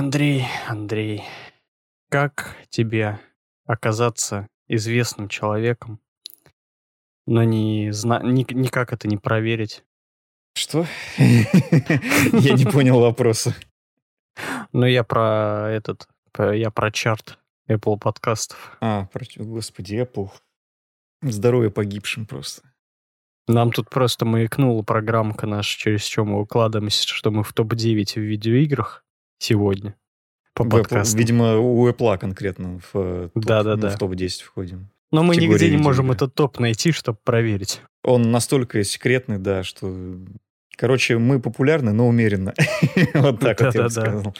Андрей, как тебе оказаться известным человеком, но никак это не проверить? Что? Я не понял вопроса. Ну, я про чарт Apple подкастов. Господи, Apple. Здоровье погибшим просто. Нам тут просто маякнула программка наша, через что мы укладываемся, что мы в топ-9 в видеоиграх сегодня по подкасту. Видимо, у Apple конкретно в топ-10 входим. Но мы нигде не можем этот топ найти, чтобы проверить. Он настолько секретный, да, что... Короче, мы популярны, но умеренно. Вот так вот я бы сказал.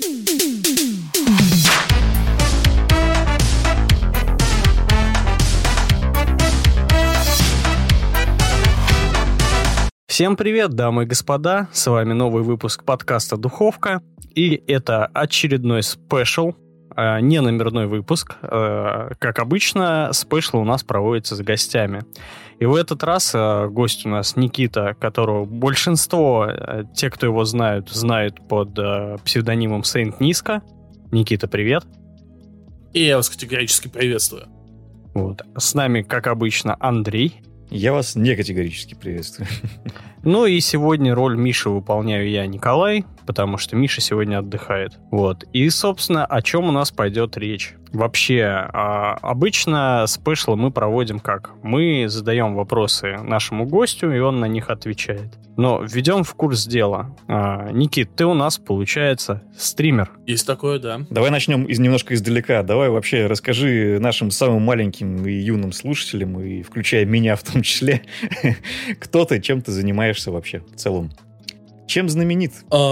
Всем привет, дамы и господа, с вами новый выпуск подкаста «Духовка», и это очередной спешл, не номерной выпуск. Как обычно, спешл у нас проводится с гостями. И в этот раз гость у нас Никита, которого большинство, те, кто его знают под псевдонимом Saint Niska. Никита, привет. И я вас категорически приветствую. Вот. С нами, как обычно, Андрей. Я вас не категорически приветствую. Ну и сегодня роль Миши выполняю я, Николай, потому что Миша сегодня отдыхает. Вот. И, собственно, о чем у нас пойдет речь? Вообще, обычно спешлы мы проводим как? Мы задаем вопросы нашему гостю, и он на них отвечает. Но введем в курс дела. Никит, ты у нас, получается, стример. Есть такое, да. Давай начнем немножко издалека. Давай вообще расскажи нашим самым маленьким и юным слушателям, и включая меня в том числе, кто ты, чем ты занимаешься вообще в целом? Чем знаменит?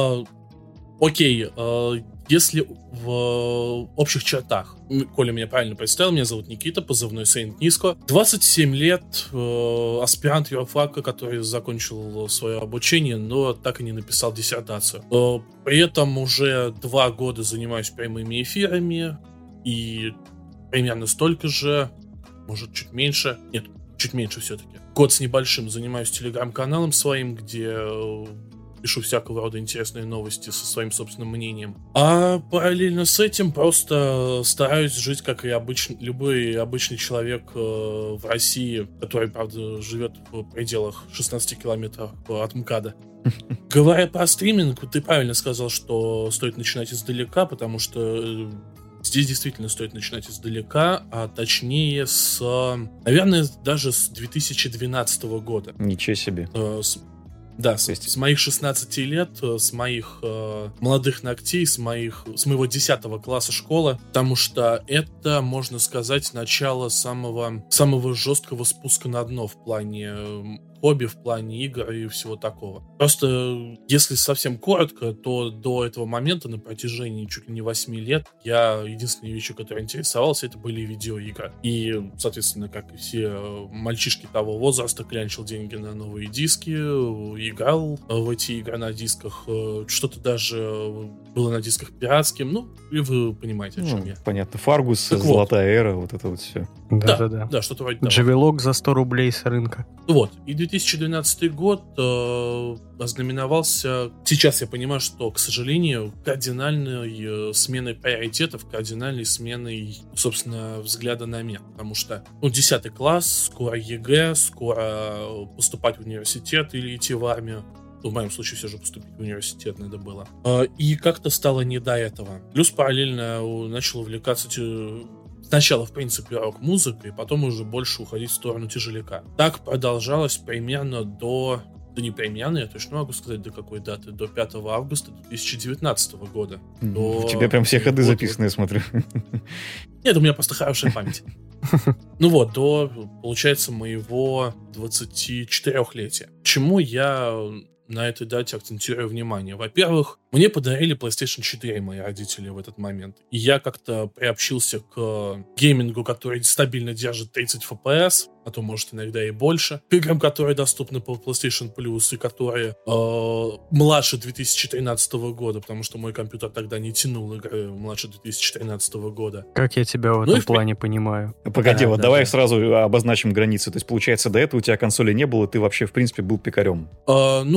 Окей, если в общих чертах, Коля меня правильно представил, меня зовут Никита, позывной Saint Niska. 27 лет, аспирант юрфака, который закончил свое обучение, но так и не написал диссертацию. При этом уже 2 года занимаюсь прямыми эфирами, и примерно столько же, может чуть меньше, нет, чуть меньше все-таки. Год с небольшим занимаюсь телеграм-каналом своим, где пишу всякого рода интересные новости со своим собственным мнением. А параллельно с этим просто стараюсь жить, как и любой обычный человек в России, который, правда, живет в пределах 16 километров от МКАДа. Говоря про стриминг, ты правильно сказал, что стоит начинать издалека, потому что здесь действительно стоит начинать издалека, а точнее наверное, даже с 2012 года. Ничего себе. Да, с моих 16 лет, с моих молодых ногтей, с моего 10 класса школы, потому что это, можно сказать, начало самого жесткого спуска на дно в плане хобби, в плане игр и всего такого. Просто, если совсем коротко, то до этого момента, на протяжении чуть ли не 8 лет, я единственные вещи, которые интересовался, это были видеоигры. И, соответственно, как и все мальчишки того возраста, клянчил деньги на новые диски, играл в эти игры на дисках, что-то даже было на дисках пиратским, ну, и вы понимаете, о чем я. Понятно, Фаргус, Золотая эра, вот это вот все. Да, что-то вроде того. Джавелок за 100 рублей с рынка. Вот, и 2012 год ознаменовался... Сейчас я понимаю, что, к сожалению, кардинальной сменой приоритетов, кардинальной сменой, собственно, взгляда на мир. Потому что, 10 класс, скоро ЕГЭ, скоро поступать в университет или идти в армию. В моем случае все же поступить в университет надо было. И как-то стало не до этого. Плюс параллельно начал увлекаться... Сначала, в принципе, рок-музыкой, потом уже больше уходить в сторону тяжеляка. Так продолжалось примерно до... Да не примерно, я точно могу сказать, до какой даты. До 5 августа 2019 года. У тебя прям все ходы записаны, я смотрю. Нет, у меня просто хорошая память. Ну вот, до, получается, моего 24-летия. Чему я на этой дате акцентирую внимание? Во-первых, мне подарили PlayStation 4 мои родители в этот момент. И я как-то приобщился к геймингу, который стабильно держит 30 FPS, а то, может, иногда и больше. К играм, которые доступны по PlayStation Plus и которые младше 2013 года, потому что мой компьютер тогда не тянул игры младше 2013 года. Как я тебя в этом плане понимаю. Погоди, давай сразу обозначим границы. То есть, получается, до этого у тебя консоли не было, ты вообще, в принципе, был пикарем.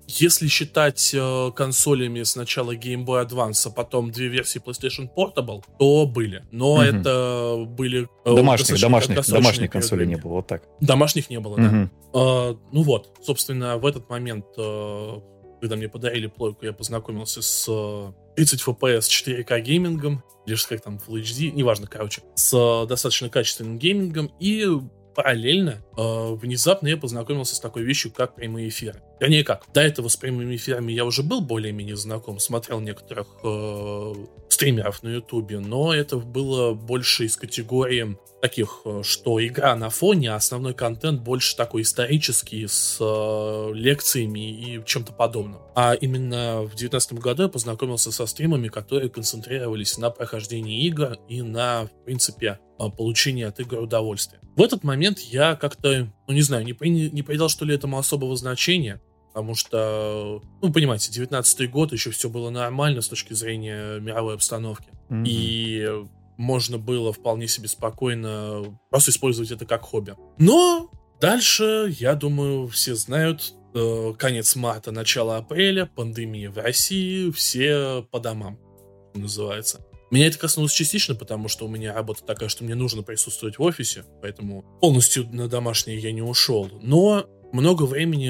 Если считать консолями сначала Game Boy Advance, а потом 2 версии PlayStation Portable, то были. Но это были... Домашних консолей не было, вот так. Домашних не было, да. Ну вот, собственно, в этот момент, когда мне подарили плойку, я познакомился с 30 FPS 4К геймингом, или же как там Full HD, неважно, короче, с достаточно качественным геймингом, и параллельно, внезапно я познакомился с такой вещью, как прямые эфиры. Вернее как, до этого с прямыми эфирами я уже был более-менее знаком, смотрел некоторых стримеров на Ютубе, но это было больше из категории таких, что игра на фоне, а основной контент больше такой исторический, с лекциями и чем-то подобным. А именно в 2019 году я познакомился со стримами, которые концентрировались на прохождении игр и на, в принципе, получении от игр удовольствия. В этот момент я как-то, не знаю, не придал, что ли, этому особого значения, потому что, понимаете, 19-й год, еще все было нормально с точки зрения мировой обстановки. И можно было вполне себе спокойно просто использовать это как хобби. Но дальше, я думаю, все знают, конец марта, начало апреля, пандемия в России, все по домам, что называется. Меня это коснулось частично, потому что у меня работа такая, что мне нужно присутствовать в офисе, поэтому полностью на домашнее я не ушел. Но много времени,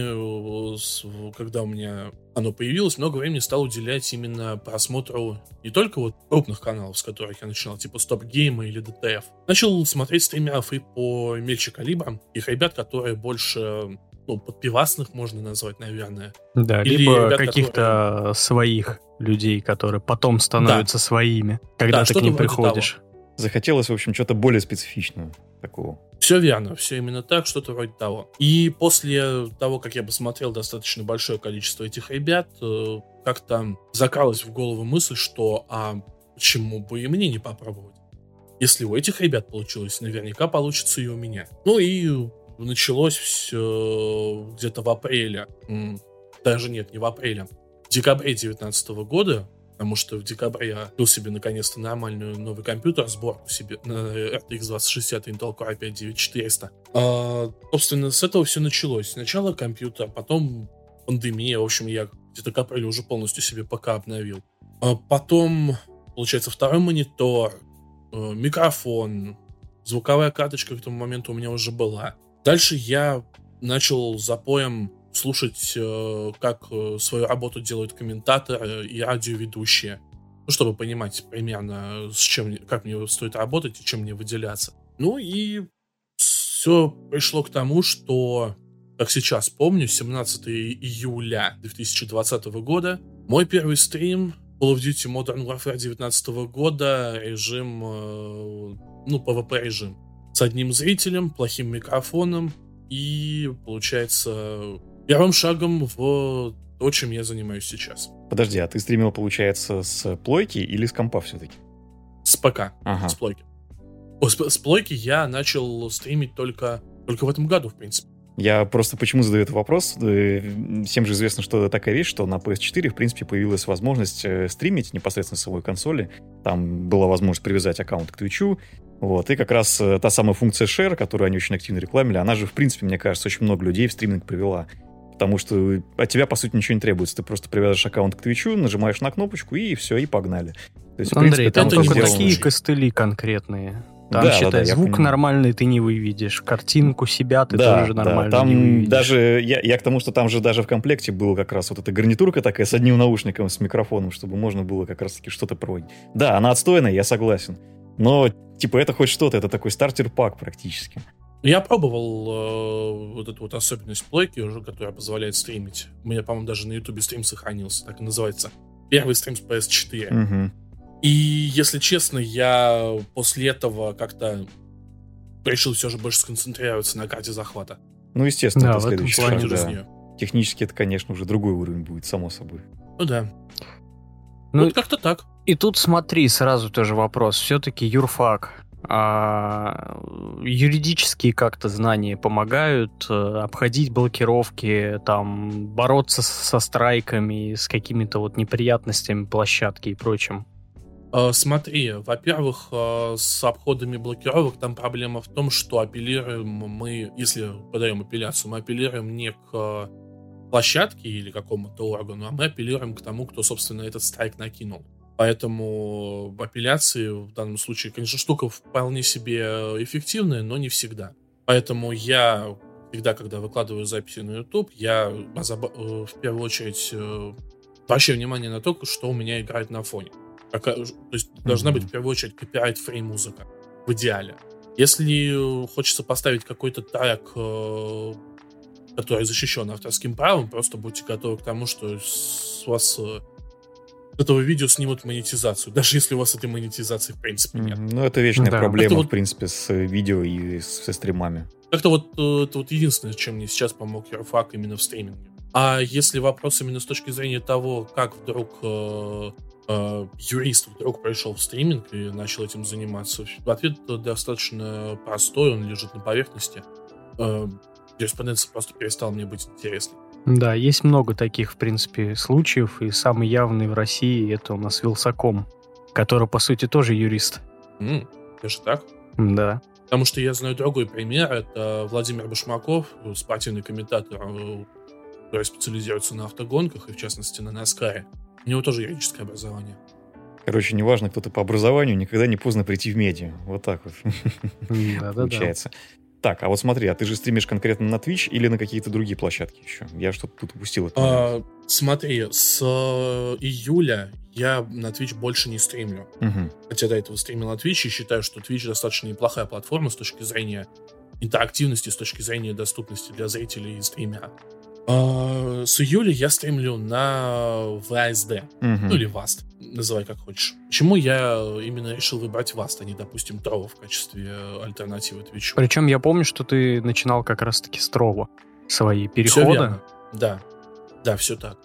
когда у меня оно появилось, много времени стал уделять именно просмотру не только вот крупных каналов, с которых я начинал, типа Stop Game или DTF. Начал смотреть стримеров и по мельче калибрам, их ребят, которые больше, подпивасных можно назвать, наверное. Да, или либо ребят, каких-то своих людей, которые потом становятся своими, когда ты к ним приходишь. Захотелось, в общем, что-то более специфичного такого. Все верно, все именно так, что-то вроде того. И после того, как я посмотрел достаточно большое количество этих ребят, как-то закралась в голову мысль, что почему бы и мне не попробовать? Если у этих ребят получилось, наверняка получится и у меня. И началось все где-то в апреле. Даже нет, не в апреле. В декабре 2019 года, потому что в декабре я купил себе наконец-то нормальный новый компьютер, сборку себе на RTX 2060 Intel Core i5 9400. Собственно, с этого все началось. Сначала компьютер, потом пандемия. В общем, я где-то к апрелю уже полностью себе ПК обновил. Потом, получается, второй монитор, микрофон, звуковая карточка к тому моменту у меня уже была. Дальше я начал запоем слушать, как свою работу делают комментаторы и радиоведущие, чтобы понимать примерно, как мне стоит работать и чем мне выделяться. И все пришло к тому, что, как сейчас помню, 17 июля 2020 года мой первый стрим Call of Duty Modern Warfare 2019 года, режим, PvP режим, с одним зрителем, плохим микрофоном и, получается, первым шагом в то, чем я занимаюсь сейчас. Подожди, а ты стримил, получается, с плойки или с компа все-таки? С ПК, с плойки. С плойки я начал стримить только в этом году, в принципе. Я просто почему задаю этот вопрос? Всем же известно, что это такая вещь, что на PS4, в принципе, появилась возможность стримить непосредственно с своей консоли. Там была возможность привязать аккаунт к Твичу. И как раз та самая функция Share, которую они очень активно рекламили, она же, в принципе, мне кажется, очень много людей в стриминг привела. Потому что от тебя, по сути, ничего не требуется. Ты просто привязываешь аккаунт к Твичу, нажимаешь на кнопочку, и все, и погнали. То есть, Андрей, там только такие костыли конкретные. Там, считай, звук нормальный ты не выведешь, картинку себя ты тоже нормально там не выведешь. Даже, я к тому, что там же даже в комплекте была как раз вот эта гарнитурка такая с одним наушником, с микрофоном, чтобы можно было как раз-таки что-то проводить. Да, она отстойная, я согласен. Но, это хоть что-то, это такой стартер-пак практически. Я вот эту вот особенность плойки, которая позволяет стримить. У меня, по-моему, даже на Ютубе стрим сохранился, так и называется. Первый стрим с PS4. Угу. И, если честно, я после этого как-то решил все же больше сконцентрироваться на карте захвата. Естественно, это следующий шаг. Да. Технически это, конечно, уже другой уровень будет, само собой. Да. Вот как-то так. И тут смотри, сразу тоже вопрос. Все-таки юрфак. Юридические как-то знания помогают обходить блокировки, там, бороться со страйками, с какими-то неприятностями площадки и прочим? Смотри, во-первых, с обходами блокировок там проблема в том, что апеллируем мы, если подаем апелляцию, мы апеллируем не к площадке или какому-то органу, а мы апеллируем к тому, кто, собственно, этот страйк накинул. Поэтому апелляции в данном случае, конечно, штука вполне себе эффективная, но не всегда. Поэтому я всегда, когда выкладываю записи на YouTube, я в первую очередь обращаю внимание на то, что у меня играет на фоне. То есть должна быть в первую очередь копирайт-фри музыка. В идеале. Если хочется поставить какой-то трек, который защищен авторским правом, просто будьте готовы к тому, что с вас этого видео снимут монетизацию, даже если у вас этой монетизации в принципе нет. Ну, это вечная проблема, это в принципе, с видео и со стримами. Как-то это единственное, чем мне сейчас помог Юрфак именно в стриминге. А если вопрос именно с точки зрения того, как вдруг юрист вдруг пришел в стриминг и начал этим заниматься, ответ достаточно простой, он лежит на поверхности. Юриспруденция просто перестала мне быть интересной. Да, есть много таких, в принципе, случаев, и самый явный в России это у нас Вилсаком, который, по сути, тоже юрист. Даже так? Да. Потому что я знаю другой пример, это Владимир Башмаков, спортивный комментатор, который специализируется на автогонках, и в частности на Наскаре. У него тоже юридическое образование. Короче, неважно, кто ты по образованию, никогда не поздно прийти в медиа. Вот так вот получается. Так, а вот смотри, а ты же стримишь конкретно на Twitch или на какие-то другие площадки еще? Я что-то тут упустил. Смотри, с июля я на Twitch больше не стримлю. Хотя до этого стримил на Twitch и считаю, что Twitch достаточно неплохая платформа с точки зрения интерактивности, с точки зрения доступности для зрителей и стримера. С июля я стримлю на VSD, ну или VAST, называй как хочешь. Почему я именно решил выбрать VAST, а не, допустим, Trovo в качестве альтернативы Twitch? Причем я помню, что ты начинал как раз-таки с Trovo свои переходы. Все верно. Да, все так.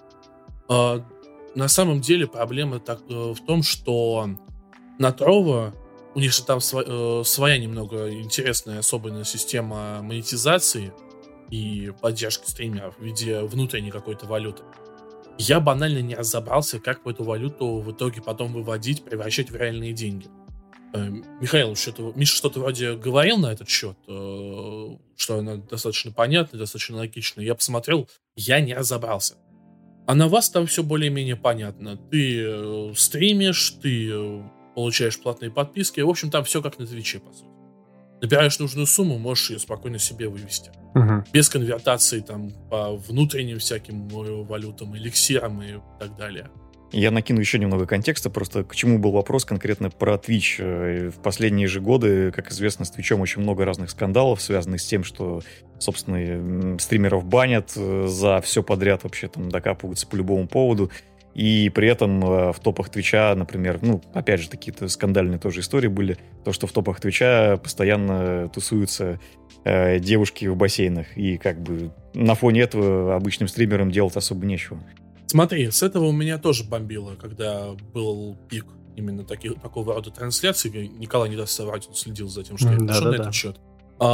На самом деле проблема в том, что на Trovo у них же там своя немного интересная особенная система монетизации и поддержки стримеров в виде внутренней какой-то валюты. Я банально не разобрался, как эту валюту в итоге потом выводить, превращать в реальные деньги. Михаил, Миша что-то вроде говорил на этот счет, что она достаточно понятна, достаточно логична. Я посмотрел, я не разобрался. А на вас там все более-менее понятно. Ты стримишь, ты получаешь платные подписки. В общем, там все как на Твиче, по сути. Набираешь нужную сумму, можешь ее спокойно себе вывести. Без конвертации там по внутренним всяким валютам, эликсирам и так далее. Я накину еще немного контекста, просто к чему был вопрос конкретно про Twitch. В последние же годы, как известно, с Твичом очень много разных скандалов, связанных с тем, что, собственно, стримеров банят за все подряд, вообще там докапываются по любому поводу. И при этом в топах Твича, например, опять же, какие-то скандальные тоже истории были, то, что в топах Твича постоянно тусуются девушки в бассейнах, и как бы на фоне этого обычным стримерам делать особо нечего. Смотри, с этого у меня тоже бомбило, когда был пик именно такого рода трансляций. Николай не даст соврать, он следил за тем, что я пишу на этот счет.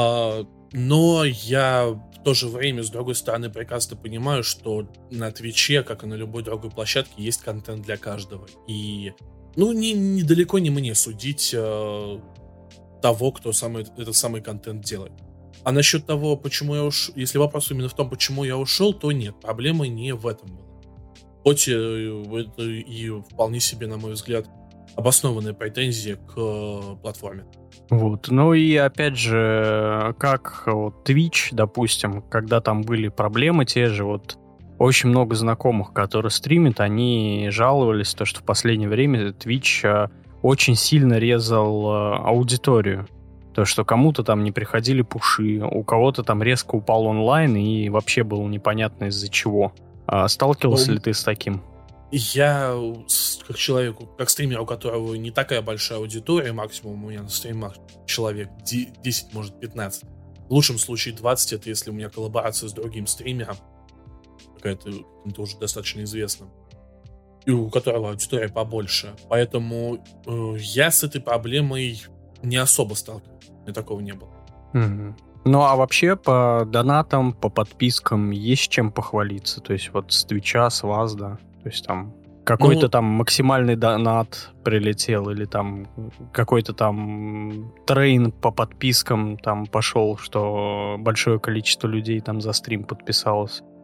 Но я в то же время, с другой стороны, прекрасно понимаю, что на Твиче, как и на любой другой площадке, есть контент для каждого. И, недалеко не мне судить того, кто этот самый контент делает. А насчет того, почему я ушел, если вопрос именно в том, почему я ушел, то нет, проблема не в этом была. Хоть это и вполне себе, на мой взгляд, обоснованная претензия к платформе. Вот. Ну и опять же, как вот Twitch, допустим, когда там были проблемы те же, вот очень много знакомых, которые стримят, они жаловались, то, что в последнее время Twitch очень сильно резал аудиторию. То, что кому-то там не приходили пуши, у кого-то там резко упал онлайн, и вообще было непонятно из-за чего. Сталкивался ли ты с таким? Я, как человеку, как стример, у которого не такая большая аудитория, максимум у меня на стримах человек 10, может 15. В лучшем случае 20, это если у меня коллаборация с другим стримером, каким-то уже достаточно известным, и у которого аудитория побольше. Поэтому я с этой проблемой не особо сталкивался. У меня такого не было. Ну, а вообще по донатам, по подпискам есть чем похвалиться? То есть вот с Твича, с вас, да? То есть там какой-то там максимальный донат прилетел, или там какой-то там трейн по подпискам там пошел, что большое количество людей там за стрим подписалось.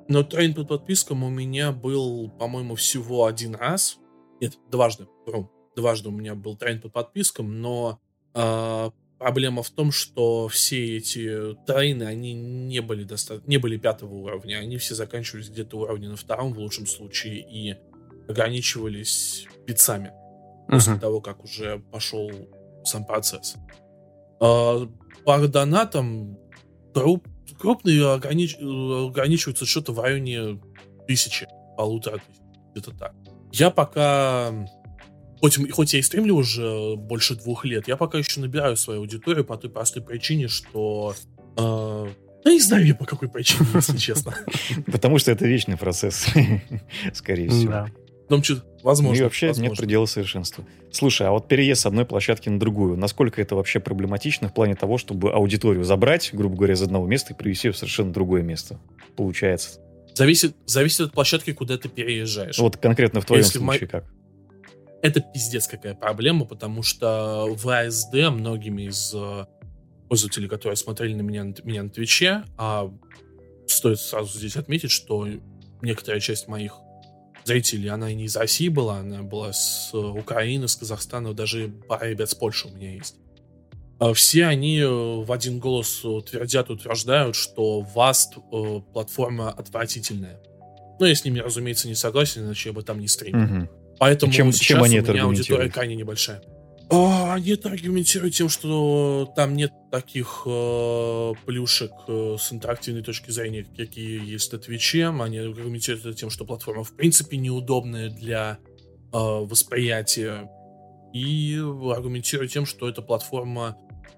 Но трейн по подпискам у меня был, по-моему, всего один раз. Нет, дважды. Дважды у меня был трейн по подпискам, но проблема в том, что все эти трейны, они не были 5-го уровня. Они все заканчивались где-то уровня на 2-м в лучшем случае и ограничивались битцами после того, как уже пошел сам процесс. По донатам крупные ограничиваются что-то в районе 1000, 1500, где-то так. Я пока, хоть я и стримлю уже больше 2 лет, я пока еще набираю свою аудиторию по той простой причине, что... Я не знаю я по какой причине, если честно. Потому что это вечный процесс, скорее всего. Возможно. И вообще нет предела совершенства. Слушай, а вот переезд с одной площадки на другую, насколько это вообще проблематично в плане того, чтобы аудиторию забрать, грубо говоря, из одного места и привести в совершенно другое место? Получается. Зависит от площадки, куда ты переезжаешь. Вот конкретно в твоем случае как? Это пиздец какая проблема, потому что в АСД многими из пользователей, которые смотрели на меня на Твиче, стоит сразу здесь отметить, что некоторая часть моих зрителей, она и не из России была, она была с Украины, с Казахстана, даже пара ребят с Польши у меня есть. Все они в один голос утверждают, что Vast платформа отвратительная. Но я с ними, разумеется, не согласен, иначе я бы там не стримил. Поэтому сейчас у меня аудитория крайне небольшая. Они это аргументируют тем, что там нет таких плюшек с интерактивной точки зрения, какие есть на Твиче. Они аргументируют это тем, что платформа в принципе неудобная для восприятия. И аргументируют тем, что эта платформа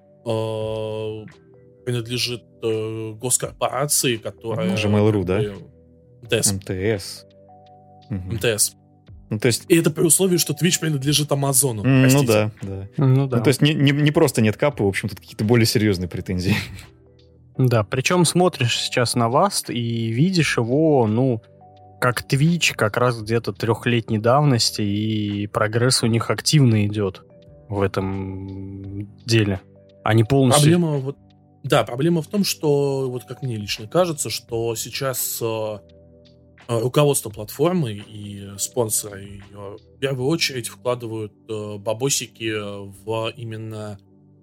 принадлежит госкорпорации, которая... Уже Mail.ru, да? МТС. МТС. Ну, то есть... И это при условии, что Twitch принадлежит Амазону. Ну да. Ну, то есть не просто нет капа, в общем, тут какие-то более серьезные претензии. Да, причем смотришь сейчас на Vast и видишь его, как Twitch, как раз где-то 3-летней давности, и прогресс у них активно идет в этом деле. Они полностью... Проблема в том, что, вот как мне лично кажется, что сейчас руководство платформы и спонсоры ее в первую очередь вкладывают бабосики в именно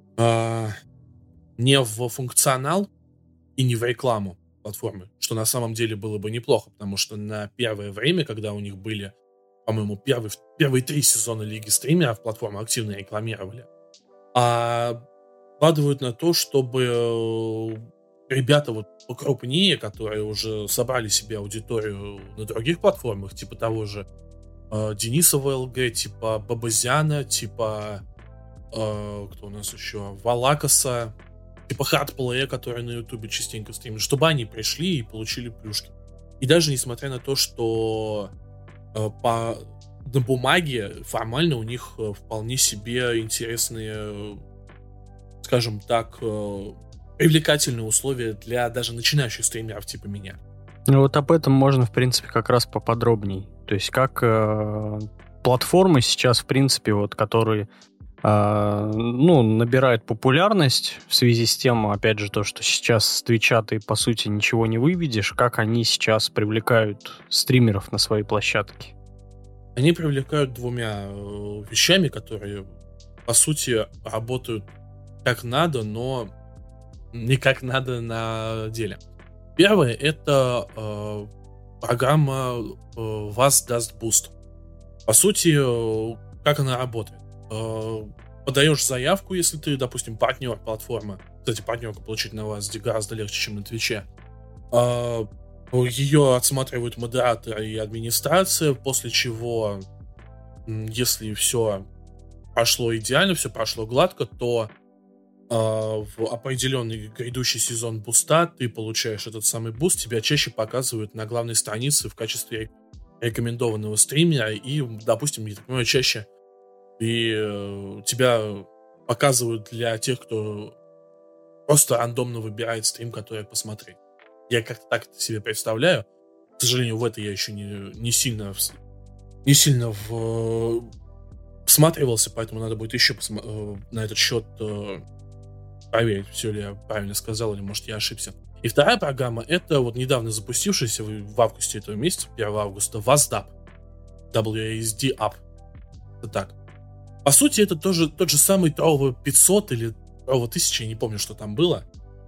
не в функционал и не в рекламу платформы, что на самом деле было бы неплохо, потому что на первое время, когда у них были, по-моему, первые 3 сезона Лиги стримеров, платформу активно рекламировали, вкладывают на то, чтобы ребята вот покрупнее, которые уже собрали себе аудиторию на других платформах, типа того же Дениса ВЛГ, типа Бабазяна, типа кто у нас еще, Валакаса, типа Хардплея, который на Ютубе частенько стримит, чтобы они пришли и получили плюшки. И даже несмотря на то, что на бумаге формально у них вполне себе интересные, скажем так, привлекательные условия для даже начинающих стримеров типа меня. Вот об этом можно, в принципе, как раз поподробней. То есть как платформы сейчас, в принципе, вот, которые набирают популярность в связи с тем, опять же, то, что сейчас с Твича ты, по сути, ничего не выведешь, как они сейчас привлекают стримеров на свои площадки? Они привлекают 2 вещами, которые, по сути, работают как надо, но не как надо на деле. Первое — это программа Vast даст Boost. По сути, как она работает? Подаешь заявку, если ты, допустим, партнер платформы. Кстати, партнерку получить на Vast гораздо легче, чем на Твиче. Ее отсматривают модераторы и администрация, после чего, если все прошло идеально, все прошло гладко, то в определенный грядущий сезон буста ты получаешь этот самый буст, тебя чаще показывают на главной странице в качестве рекомендованного стримера, и, допустим, я так понимаю, чаще тебя показывают для тех, кто просто рандомно выбирает стрим, который посмотреть. Я как-то так это себе представляю. К сожалению, в это я еще не сильно всматривался, поэтому надо будет еще на этот счет проверить, все ли я правильно сказал, или, может, я ошибся. И вторая программа — это вот недавно запустившаяся в августе этого месяца, 1 августа, WASD App. WASD App. Это так. По сути, это тоже тот же самый Trovo 500 или Trovo 1000, я не помню, что там было.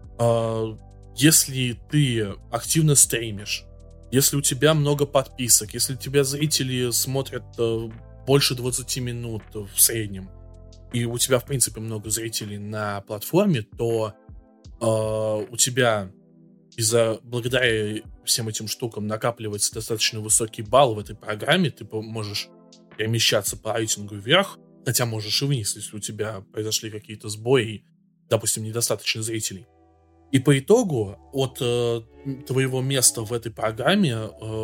Если ты активно стримишь, если у тебя много подписок, если у тебя зрители смотрят больше 20 минут в среднем, и у тебя, в принципе, много зрителей на платформе, то у тебя благодаря всем этим штукам накапливается достаточно высокий балл в этой программе, ты можешь перемещаться по рейтингу вверх, хотя можешь и вниз, если у тебя произошли какие-то сбои, допустим, недостаточно зрителей. И по итогу от твоего места в этой программе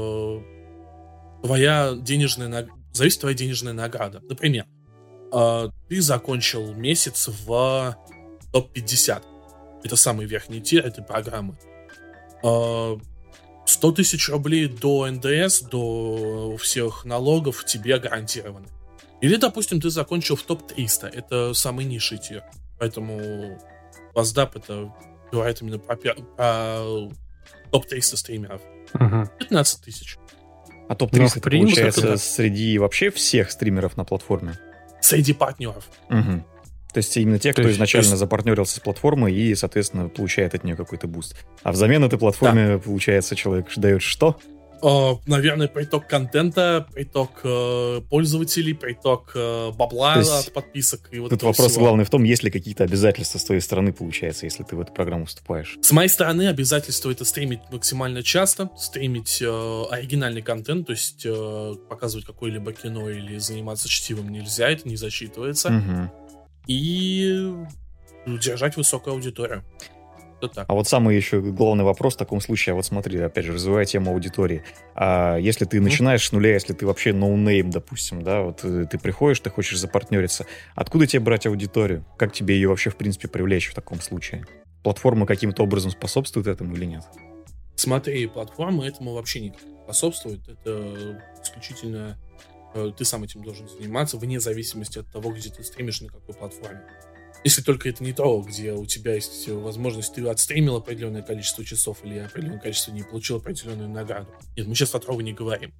зависит твоя денежная награда. Например, ты закончил месяц в топ-50. Это самый верхний тир этой программы. 100 тысяч рублей до НДС, до всех налогов тебе гарантированы. Или, допустим, ты закончил в топ-300. Это самый низший тир. Поэтому WASD это говорит именно про топ-300 стримеров. 15 тысяч. А топ-300 получается среди вообще всех стримеров на платформе? Среди партнеров. Угу. То есть именно те, кто изначально запартнерился с платформой и, соответственно, получает от нее какой-то буст. А взамен этой платформе, получается, человек дает что? Наверное, приток контента, приток пользователей, приток бабла от подписок. И вот тут вопрос главный в том, есть ли какие-то обязательства с твоей стороны, получается, если ты в эту программу вступаешь. С моей стороны обязательство — это стримить максимально часто, стримить оригинальный контент, то есть показывать какое-либо кино или заниматься чтивом нельзя, это не засчитывается. Угу. И держать высокую аудиторию. А вот самый еще главный вопрос в таком случае, вот смотри, опять же, развивая тему аудитории. А если ты начинаешь с нуля, если ты вообще ноунейм, допустим, да, вот ты приходишь, ты хочешь запартнериться, откуда тебе брать аудиторию? Как тебе ее вообще, в принципе, привлечь в таком случае? Платформа каким-то образом способствует этому или нет? Смотри, платформа этому вообще не способствует. Это исключительно ты сам этим должен заниматься, вне зависимости от того, где ты стримишь, на какой платформе. Если только это не то, где у тебя есть возможность, ты отстримил определенное количество часов или определенное количество не получил определенную награду. Нет, мы сейчас о Trovo не говорим.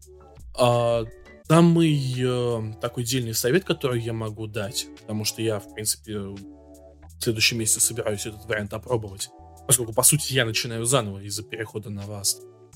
Самый такой дельный совет, который я могу дать, потому что я, в принципе, в следующем месяце собираюсь этот вариант опробовать, поскольку, по сути, я начинаю заново из-за перехода на WASD.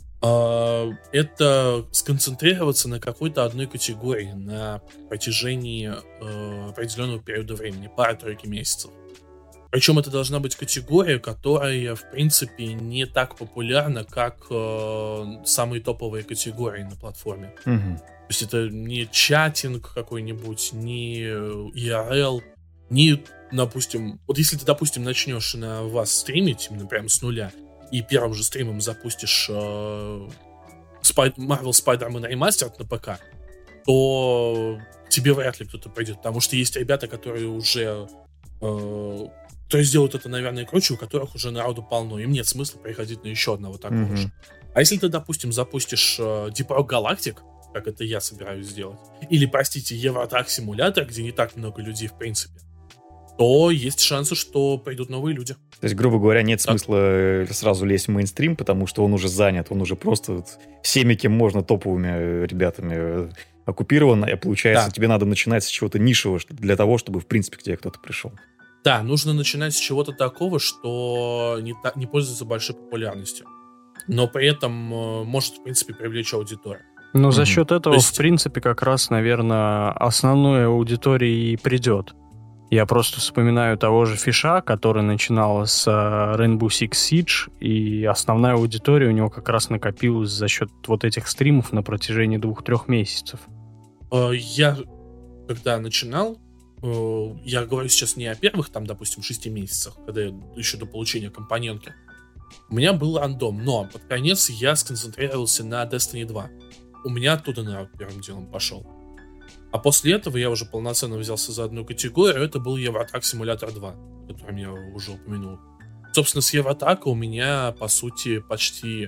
Это сконцентрироваться на какой-то одной категории на протяжении определенного периода времени, пары-тройки месяцев. Причем это должна быть категория, которая, в принципе, не так популярна, как самые топовые категории на платформе. Угу. То есть это не чатинг какой-нибудь, не IRL, не, допустим... Вот если ты, допустим, начнешь на вас стримить, именно прямо с нуля, и первым же стримом запустишь Marvel Spider-Man Remastered на ПК, то тебе вряд ли кто-то придет, потому что есть ребята, которые уже которые сделают это, наверное, круче, у которых уже народу полно, им нет смысла приходить на еще одного такого же. А если ты, допустим, запустишь Deep Rock Galactic, как это я собираюсь сделать, или, простите, Евротрак Симулятор, где не так много людей в принципе, то есть шансы, что придут новые люди. То есть, грубо говоря, нет смысла сразу лезть в мейнстрим, потому что он уже занят, он уже просто всеми, кем можно, топовыми ребятами оккупирован, и получается, тебе надо начинать с чего-то нишевого для того, чтобы, в принципе, к тебе кто-то пришел. Да, нужно начинать с чего-то такого, что не пользуется большой популярностью, но при этом может, в принципе, привлечь аудиторию. Но за счет этого, в принципе, как раз, наверное, основной аудитории и придет. Я просто вспоминаю того же Фиша, который начинал с Rainbow Six Siege, и основная аудитория у него как раз накопилась за счет вот этих стримов на протяжении 2-3 месяцев. Я, когда начинал, я говорю сейчас не о первых, там, допустим, 6 месяцах, когда я еще до получения компонентки, у меня был рандом, но под конец я сконцентрировался на Destiny 2. У меня оттуда народ первым делом пошел. А после этого я уже полноценно взялся за одну категорию. Это был Евротрак Симулятор 2, о котором я уже упомянул. Собственно, с Евротрака у меня, по сути, почти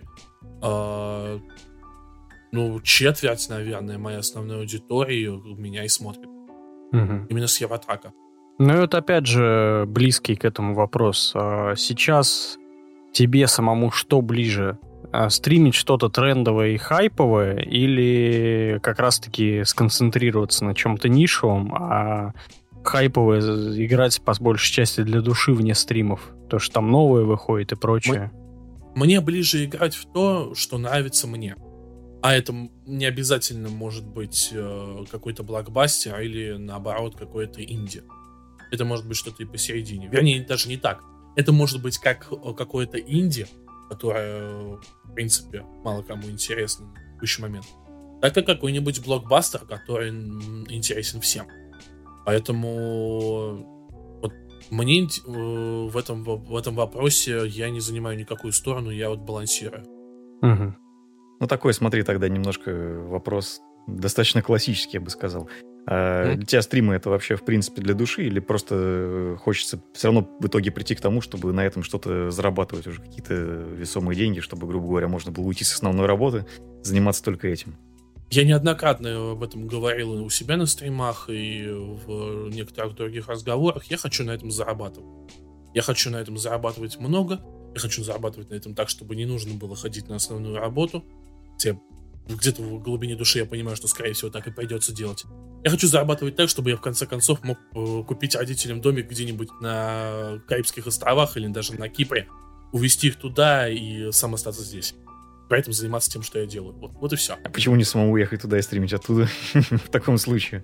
четверть, наверное, моей основной аудитории у меня и смотрит. Угу. Именно с Евротрака. Ну, это, опять же, близкий к этому вопрос. Сейчас тебе самому что ближе? Стримить что-то трендовое и хайповое или как раз-таки сконцентрироваться на чем-то нишевом, а хайповое играть по большей части для души вне стримов? То, что там новое выходит и прочее. Мне ближе играть в то, что нравится мне. А это не обязательно может быть какой-то блокбастер или, наоборот, какой-то инди. Это может быть что-то и посередине. Вернее, даже не так. Это может быть как какое-то инди, которое, в принципе, мало кому интересно на текущий момент, так и какой-нибудь блокбастер, который интересен всем. Поэтому вот мне в этом вопросе я не занимаю никакую сторону, я вот балансирую. Угу. Ну, такой, смотри, тогда немножко вопрос достаточно классический, я бы сказал. Для тебя стримы это вообще, в принципе, для души или просто хочется все равно в итоге прийти к тому, чтобы на этом что-то зарабатывать, уже какие-то весомые деньги, чтобы, грубо говоря, можно было уйти с основной работы, заниматься только этим? Я неоднократно об этом говорил и у себя на стримах, и в некоторых других разговорах. Я хочу на этом зарабатывать. Я хочу на этом зарабатывать много. Я хочу зарабатывать на этом так, чтобы не нужно было ходить на основную работу. Где-то в глубине души я понимаю, что, скорее всего, так и придется делать. Я хочу зарабатывать так, чтобы я, в конце концов, мог купить родителям домик где-нибудь на Карибских островах или даже на Кипре, увезти их туда и сам остаться здесь. При этом заниматься тем, что я делаю. Вот и все. А почему не самому уехать туда и стримить оттуда в таком случае?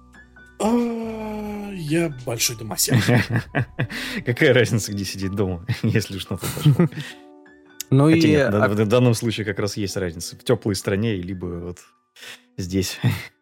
Я большой домосед. Какая разница, где сидеть дома, если что-то пошло? Ну Хотя и... нет, в данном случае как раз есть разница. В теплой стране, либо вот здесь.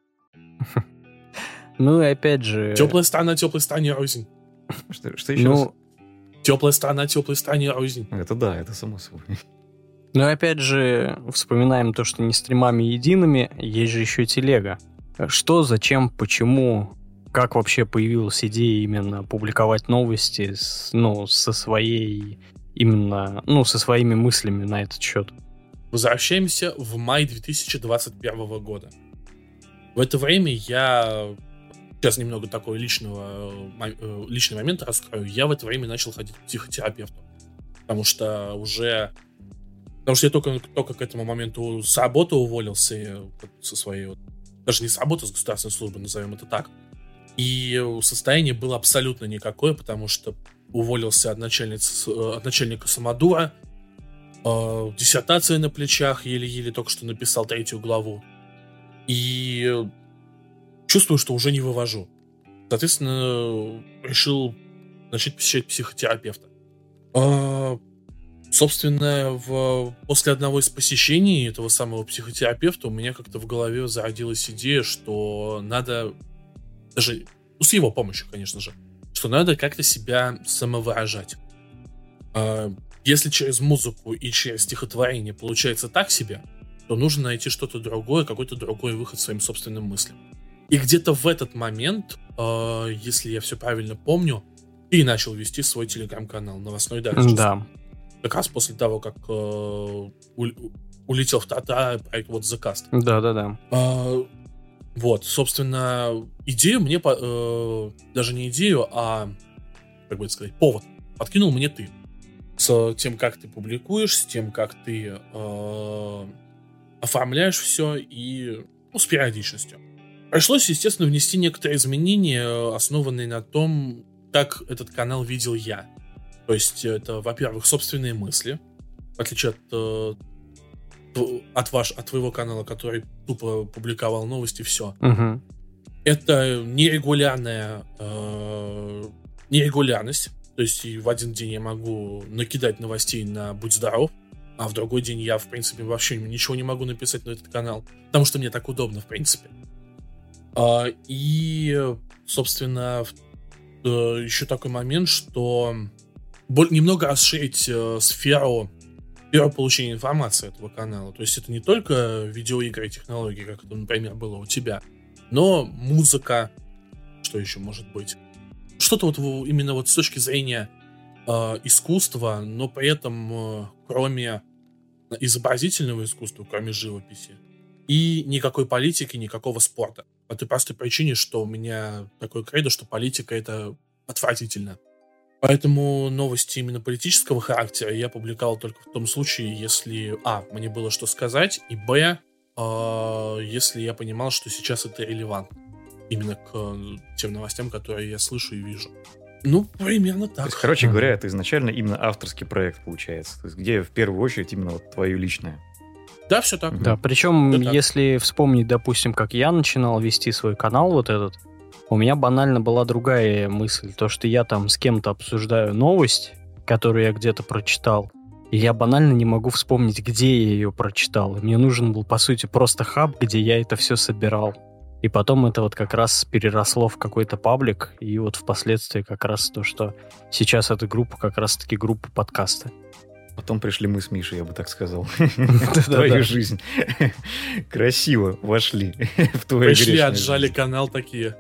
Ну и опять же... Теплая страна, теплой стране рознь. Что еще раз? Теплая страна, теплой стране рознь. Это да, это само собой. Ну и опять же, вспоминаем то, что не стримами едиными, есть же еще телега. Что, зачем, почему, как вообще появилась идея именно публиковать новости со своей... Именно, со своими мыслями на этот счет. Возвращаемся в май 2021 года. В это время я... Сейчас немного такой личный момент раскрою. Я в это время начал ходить к психотерапевту. Потому что я только к этому моменту с работы уволился, со своей... Даже не с работы, с государственной службы, назовем это так. И состояние было абсолютно никакое, потому что уволился от начальника самодура, диссертация на плечах, еле-еле только что написал 3 главу. И чувствую, что уже не вывожу. Соответственно, решил начать посещать психотерапевта. Собственно, после одного из посещений этого самого психотерапевта у меня как-то в голове зародилась идея, что надо, даже с его помощью, конечно же, что надо как-то себя самовыражать. Если через музыку и через стихотворение получается так себе, то нужно найти что-то другое, какой-то другой выход своим собственным мыслям. И где-то в этот момент, если я все правильно помню, ты начал вести свой телеграм-канал «Новостной дайджест». Да. Как раз после того, как улетел в Татар проект вот The Cast. Да. Вот, собственно, идею мне, даже не идею, а, как бы это сказать, повод подкинул мне ты. С тем, как ты публикуешь, с тем, как ты оформляешь все и с периодичностью. Пришлось, естественно, внести некоторые изменения, основанные на том, как этот канал видел я. То есть это, во-первых, собственные мысли, в отличие от твоего канала, который тупо публиковал новости, все. Угу. Это нерегулярность. То есть и в один день я могу накидать новостей на «Будь здоров», а в другой день я, в принципе, вообще ничего не могу написать на этот канал, потому что мне так удобно, в принципе. И, собственно, еще такой момент, что немного расширить сферу получения информации этого канала. То есть это не только видеоигры и технологии, как это, например, было у тебя, но музыка, что еще может быть. Что-то вот именно вот с точки зрения искусства, но при этом кроме изобразительного искусства, кроме живописи, и никакой политики, никакого спорта. По той простой причине, что у меня такое кредо, что политика — это отвратительно. Поэтому новости именно политического характера я публиковал только в том случае, если мне было что сказать, и если я понимал, что сейчас это релевантно именно к тем новостям, которые я слышу и вижу. Примерно так. То есть, короче говоря, это изначально именно авторский проект получается, то есть где в первую очередь именно твое личное. Да, все так. Да, причем, если вспомнить, допустим, как я начинал вести свой канал вот этот, у меня банально была другая мысль, то, что я там с кем-то обсуждаю новость, которую я где-то прочитал, и я банально не могу вспомнить, где я ее прочитал. И мне нужен был, по сути, просто хаб, где я это все собирал. И потом это вот как раз переросло в какой-то паблик, и вот впоследствии как раз то, что сейчас эта группа как раз-таки группа подкаста. Потом пришли мы с Мишей, я бы так сказал, в твою жизнь. Красиво вошли в твою жизнь. Пришли, отжали канал такие.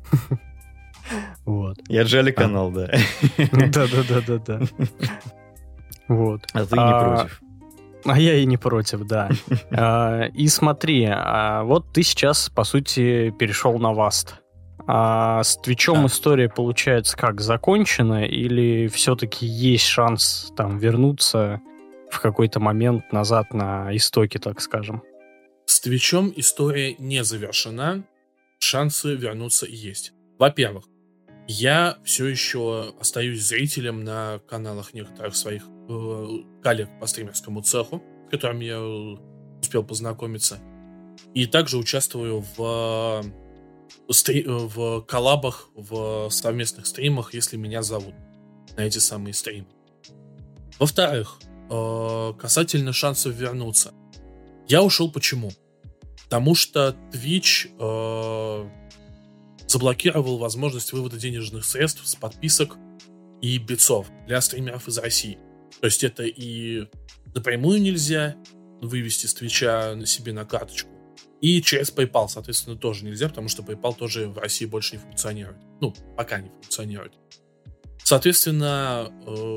Вот. И отжали канал, да. Да. Вот. А ты не против. А я и не против, да. И смотри, вот ты сейчас, по сути, перешел на Vast. А с Твичом история, получается, как, закончена? Или все-таки есть шанс там вернуться в какой-то момент назад на истоки, так скажем? С Твичом история не завершена. Шансы вернуться есть. Во-первых, я все еще остаюсь зрителем на каналах некоторых своих коллег по стримерскому цеху, с которыми я успел познакомиться. И также участвую в коллабах, в совместных стримах, если меня зовут на эти самые стримы. Во-вторых, касательно шансов вернуться. Я ушел почему? Потому что Twitch заблокировал возможность вывода денежных средств с подписок и битцов для стримеров из России. То есть это и напрямую нельзя вывести с Твича себе на карточку, и через PayPal, соответственно, тоже нельзя, потому что PayPal тоже в России больше не функционирует. Пока не функционирует. Соответственно,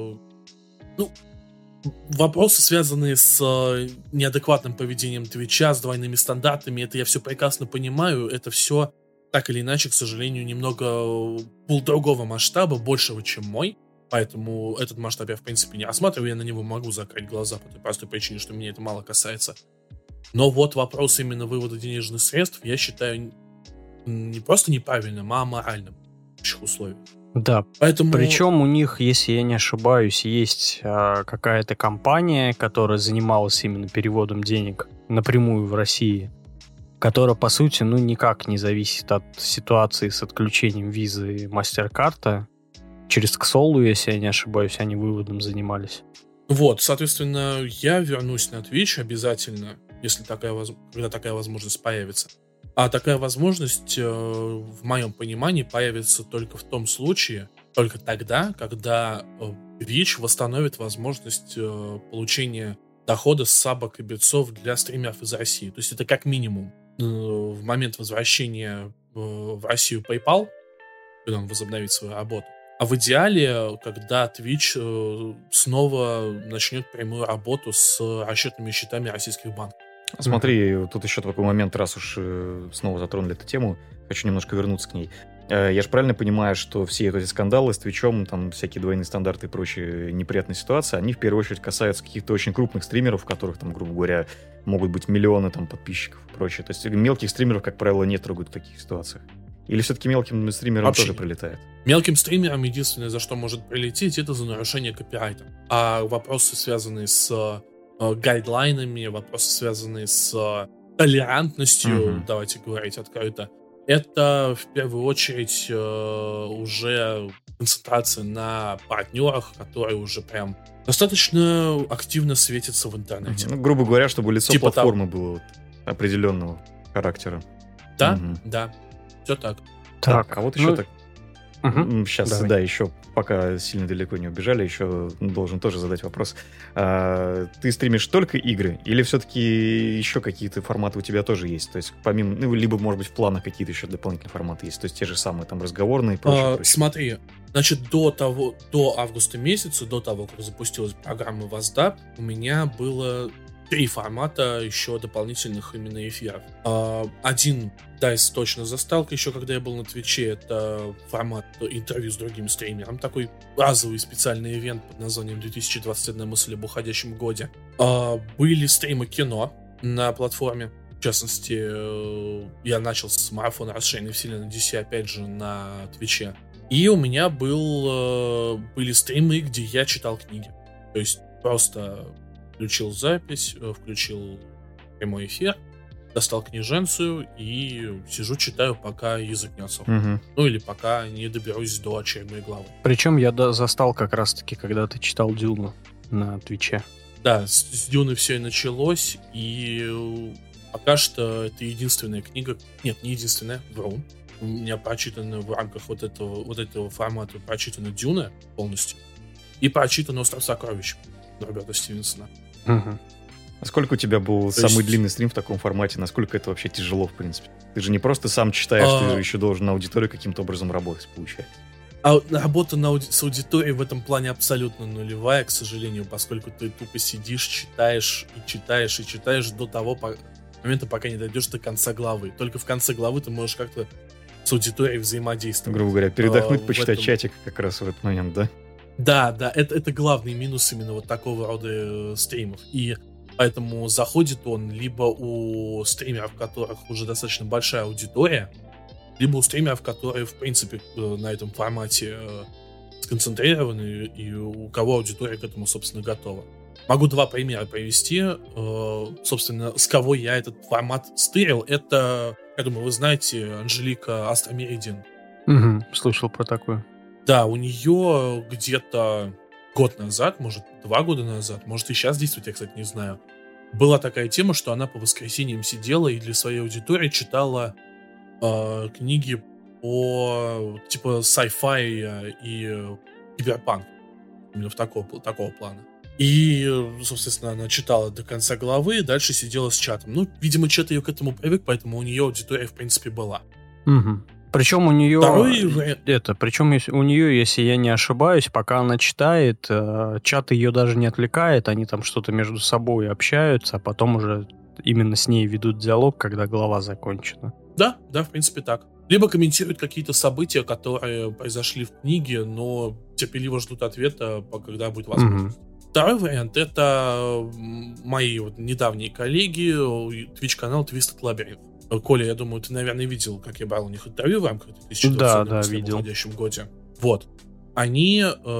вопросы, связанные с неадекватным поведением Твича, с двойными стандартами, это я все прекрасно понимаю, это все так или иначе, к сожалению, немного другого масштаба, большего, чем мой. Поэтому этот масштаб я, в принципе, не рассматриваю. Я на него могу закрыть глаза по той простой причине, что меня это мало касается. Но вот вопрос именно вывода денежных средств, я считаю не просто неправильным, а аморальным в общих условиях. Да, поэтому... Причем у них, если я не ошибаюсь, есть какая-то компания, которая занималась именно переводом денег напрямую в России, которая, по сути, никак не зависит от ситуации с отключением визы и MasterCard. Через Ксолу, если я не ошибаюсь, они выводом занимались. Вот, соответственно, я вернусь на Twitch обязательно, если когда такая возможность появится. А такая возможность, в моем понимании, появится только в том случае, только тогда, когда Twitch восстановит возможность получения дохода с сабок и битцов для стримеров из России. То есть это как минимум в момент возвращения в Россию PayPal, когда он возобновит свою работу. А в идеале, когда Twitch снова начнет прямую работу с расчетными счетами российских банков. Смотри, тут еще такой момент, раз уж снова затронули эту тему, хочу немножко вернуться к ней. Я же правильно понимаю, что все эти скандалы с Твичом, там всякие двойные стандарты и прочие неприятные ситуации, они в первую очередь касаются каких-то очень крупных стримеров, у которых там, грубо говоря, могут быть миллионы там подписчиков и прочее. То есть мелких стримеров, как правило, не трогают в таких ситуациях. Или все-таки мелким стримерам вообще тоже прилетает? Мелким стримерам единственное, за что может прилететь, это за нарушение копирайта. А вопросы, связанные с гайдлайнами, вопросы, связанные с толерантностью, давайте говорить открыто, это в первую очередь уже концентрация на партнерах, которые уже прям достаточно активно светятся в интернете. Грубо говоря, чтобы лицо платформы было определенного характера. Да, да, все так. Так, а вот еще так. Сейчас, давай. Да, еще пока сильно далеко не убежали, еще должен тоже задать вопрос. Ты стримишь только игры или все-таки еще какие-то форматы у тебя тоже есть? То есть помимо, либо, может быть, в планах какие-то еще дополнительные форматы есть? То есть те же самые там разговорные и прочее? Смотри, значит, до августа месяца, до того, как запустилась программа WhatsApp, у меня было 3 формата еще дополнительных именно эфиров. Один DICE точно застал, еще когда я был на Твиче, это формат интервью с другим стримером, такой разовый специальный ивент под названием 2021 мысль об уходящем годе. Были стримы кино на платформе. В частности, я начал с марафона расширенной вселенной DC, опять же, на Твиче. И у меня были стримы, где я читал книги. То есть просто включил запись, включил прямой эфир, достал книженцию и сижу, читаю, пока язык не отсох. Ну или пока не доберусь до очередной главы. Причем я застал как раз-таки, когда ты читал Дюну на Твиче. Да, с Дюны все и началось, и пока что это единственная книга... Нет, не единственная, вру. У меня прочитано в рамках вот этого формата прочитана Дюна полностью и прочитано «Остров сокровищ» Роберта Стивенсона. Угу. А сколько у тебя был самый длинный стрим в таком формате? Насколько это вообще тяжело, в принципе? Ты же не просто сам читаешь, ты же еще должен на аудитории каким-то образом работать, получается. А работа с аудиторией в этом плане абсолютно нулевая, к сожалению, поскольку ты тупо сидишь, читаешь до того момента, пока не дойдешь до конца главы. Только в конце главы ты можешь как-то с аудиторией взаимодействовать. Грубо говоря, передохнуть, почитать чатик как раз в этот момент, да? Да, это главный минус именно вот такого рода стримов. И поэтому заходит он либо у стримеров, у которых уже достаточно большая аудитория, либо у стримеров, которые, в принципе, на этом формате сконцентрированы, и у кого аудитория к этому, собственно, готова. Могу 2 примера привести. Собственно, с кого я этот формат стырил. Это, я думаю, вы знаете, Анжелика Астромеридиан. Угу, слышал про такое. Да, у нее где-то год назад, может, 2 года назад, может, и сейчас действует, я, кстати, не знаю, была такая тема, что она по воскресеньям сидела и для своей аудитории читала книги по типа sci-fi и киберпанк. Именно такого плана. И, собственно, она читала до конца главы, дальше сидела с чатом. Ну, видимо, чат ее к этому привык, поэтому у нее аудитория, в принципе, была. Угу. Причем у нее у нее, если я не ошибаюсь, пока она читает, чат ее даже не отвлекает, они там что-то между собой общаются, а потом уже именно с ней ведут диалог, когда глава закончена. Да, в принципе, так. Либо комментируют какие-то события, которые произошли в книге, но терпеливо ждут ответа, когда будет возможность. Второй вариант — это мои вот недавние коллеги, Twitch-канал Twisted Labyrinth. Коля, я думаю, ты, наверное, видел, как я брал у них интервью в рамках 2020 в уходящем годе. Вот. Они,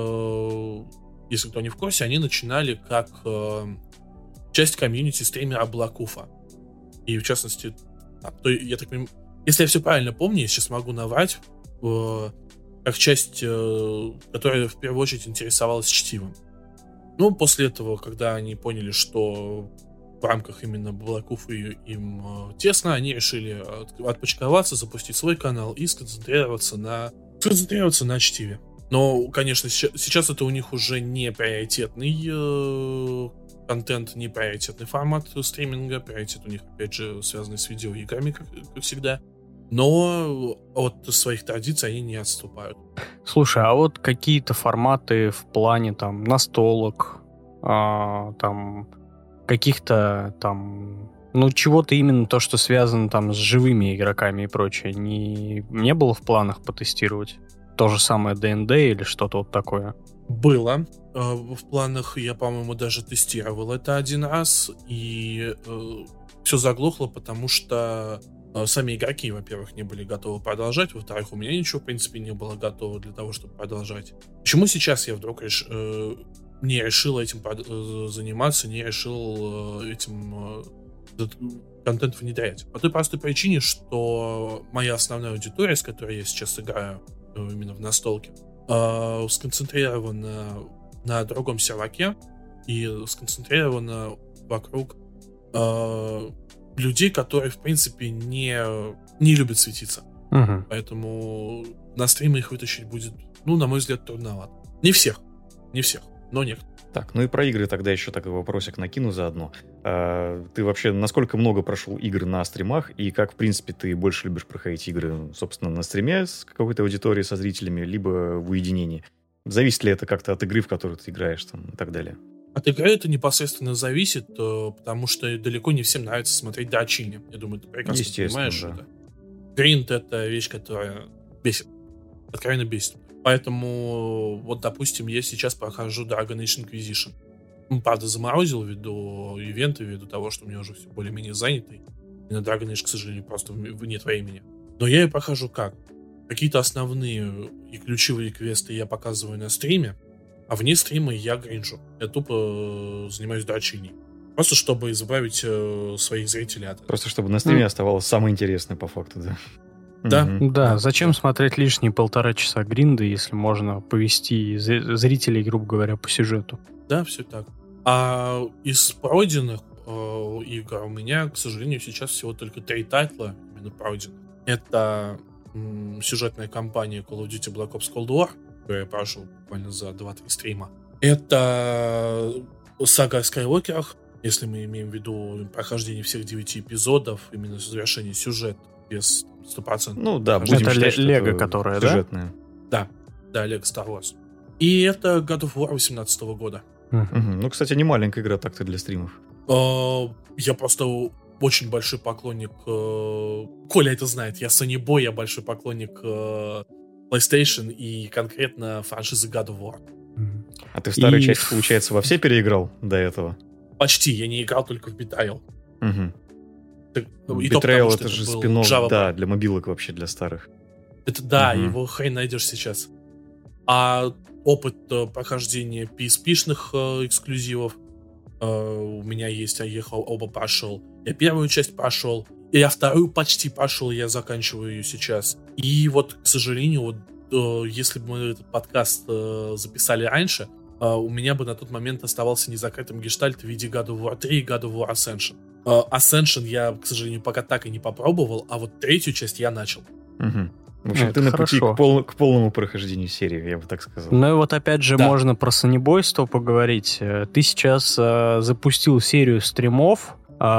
если кто не в курсе, они начинали как часть комьюнити стримера Блакуфа. И, в частности, я так понимаю, если я все правильно помню, я сейчас могу наврать, как часть, которая в первую очередь интересовалась чтивом. Ну, после этого, когда они поняли, что в рамках именно Блакуфа им тесно, они решили отпочковаться, запустить свой канал и сконцентрироваться на чтиве. Но, конечно, сейчас это у них уже не приоритетный контент, не приоритетный формат стриминга. Приоритет у них, опять же, связанный с видеоиграми, как всегда. Но от своих традиций они не отступают. Слушай, а вот какие-то форматы в плане там настолок, там каких-то там, ну, чего-то именно то, что связано там с живыми игроками и прочее, не было в планах потестировать? То же самое ДНД или что-то вот такое? Было. В планах я, по-моему, даже тестировал это один раз, и все заглохло, потому что сами игроки, во-первых, не были готовы продолжать, во-вторых, у меня ничего, в принципе, не было готово для того, чтобы продолжать. Почему сейчас я вдруг не решил этим заниматься, не решил этим контент внедрять? По той простой причине, что моя основная аудитория, с которой я сейчас играю, именно в настолке, сконцентрирована на другом серваке и сконцентрирована вокруг людей, которые, в принципе, не любят светиться. Угу. Поэтому на стримы их вытащить будет, ну, на мой взгляд, трудновато. Не всех, но некоторых. Так, ну и про игры тогда еще такой вопросик накину заодно. Ты вообще насколько много прошел игр на стримах, и как, в принципе, ты больше любишь проходить игры, собственно, на стриме с какой-то аудиторией, со зрителями, либо в уединении? Зависит ли это как-то от игры, в которую ты играешь, там, и так далее? От игры это непосредственно зависит, потому что далеко не всем нравится смотреть дрочильни. Я думаю, ты прекрасно понимаешь, что это. Гринд — это вещь, которая бесит. Откровенно бесит. Поэтому, вот, допустим, я сейчас прохожу Dragon Age Inquisition. Правда, заморозил ввиду ивента, ввиду того, что у меня уже все более-менее занято. И на Dragon Age, к сожалению, просто нет времени. Но я ее прохожу как? Какие-то основные и ключевые квесты я показываю на стриме, а вне стрима я гринжу. Я тупо занимаюсь дрочильней. Просто чтобы избавить своих зрителей от... Просто чтобы на стриме оставалось самое интересное по факту, да? Да. Да, зачем смотреть лишние 1,5 часа гринда, если можно повести зрителей, грубо говоря, по сюжету? Да, все так. А из пройденных игр у меня, к сожалению, сейчас всего только 3 тайтла именно пройденных. Это сюжетная кампания Call of Duty Black Ops Cold War, которую я прошел буквально за 2-3 стрима. Это сага о Скайуокерах, если мы имеем в виду прохождение всех 9 эпизодов, именно завершение сюжета без 100%. Ну да, будем это считать, что Лего, это которая, сюжетная. Да, Лего Star Wars. И это God of War 2018 года. Ну, кстати, не маленькая игра так-то для стримов. Я просто очень большой поклонник... Коля это знает, я Sony Boy, я большой поклонник PlayStation и конкретно франшизы God of War. А ты в старой части, получается, во все переиграл до этого? Почти, я не играл только в Betrayal. Betrayal — это же спин-офф, да, для мобилок вообще, для старых. Это да, его хрен найдешь сейчас. А опыт прохождения PSP-шных эксклюзивов у меня есть, я оба прошел. Я первую часть прошел, и я вторую почти прошел, я заканчиваю ее сейчас. И вот, к сожалению, вот, если бы мы этот подкаст записали раньше, у меня бы на тот момент оставался незакрытым гештальт в виде God of War 3 и God of War Ascension. Ascension я, к сожалению, пока так и не попробовал, а вот третью часть я начал. В общем, ты на пути к полному прохождению серии, я бы так сказал. Ну и вот опять же можно про Сонибойство поговорить. Ты сейчас запустил серию стримов.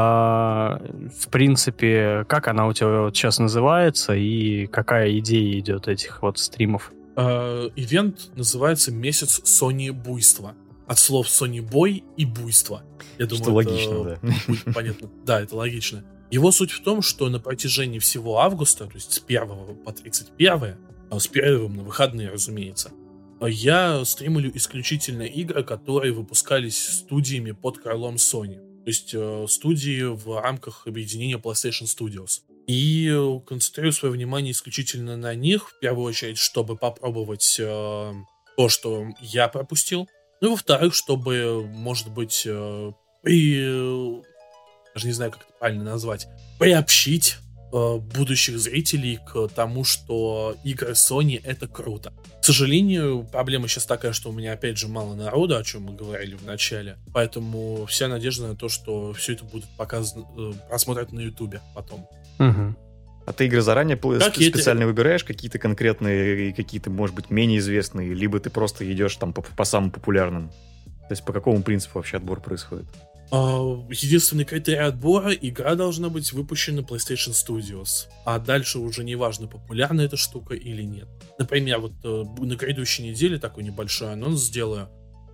В принципе, как она у тебя вот сейчас называется и какая идея идет этих вот стримов? Ивент называется «Месяц Sony буйства». От слов Sony Boy и буйство. Я думаю, что логично, да. Будет понятно. Да, это логично. Его суть в том, что на протяжении всего августа, то есть с 1 по 31, с перерывом на выходные, разумеется, я стримлю исключительно игры, которые выпускались студиями под крылом Sony. То есть студии в рамках объединения PlayStation Studios. И концентрирую свое внимание исключительно на них, в первую очередь, чтобы попробовать то, что я пропустил. Ну и во-вторых, чтобы, может быть, даже не знаю, как это правильно назвать, приобщить будущих зрителей к тому, что игры Sony — это круто. К сожалению, проблема сейчас такая, что у меня, опять же, мало народу, о чем мы говорили в начале, поэтому вся надежда на то, что все это будет показано, просмотреть на Ютубе потом. А ты игры заранее специально выбираешь, какие-то конкретные и какие-то, может быть, менее известные, либо ты просто идешь там по самым популярным? То есть по какому принципу вообще отбор происходит? Единственный критерий отбора — игра должна быть выпущена PlayStation Studios. А дальше уже не важно, популярна эта штука или нет. Например, вот на грядущей неделе такой небольшой анонс сделаю.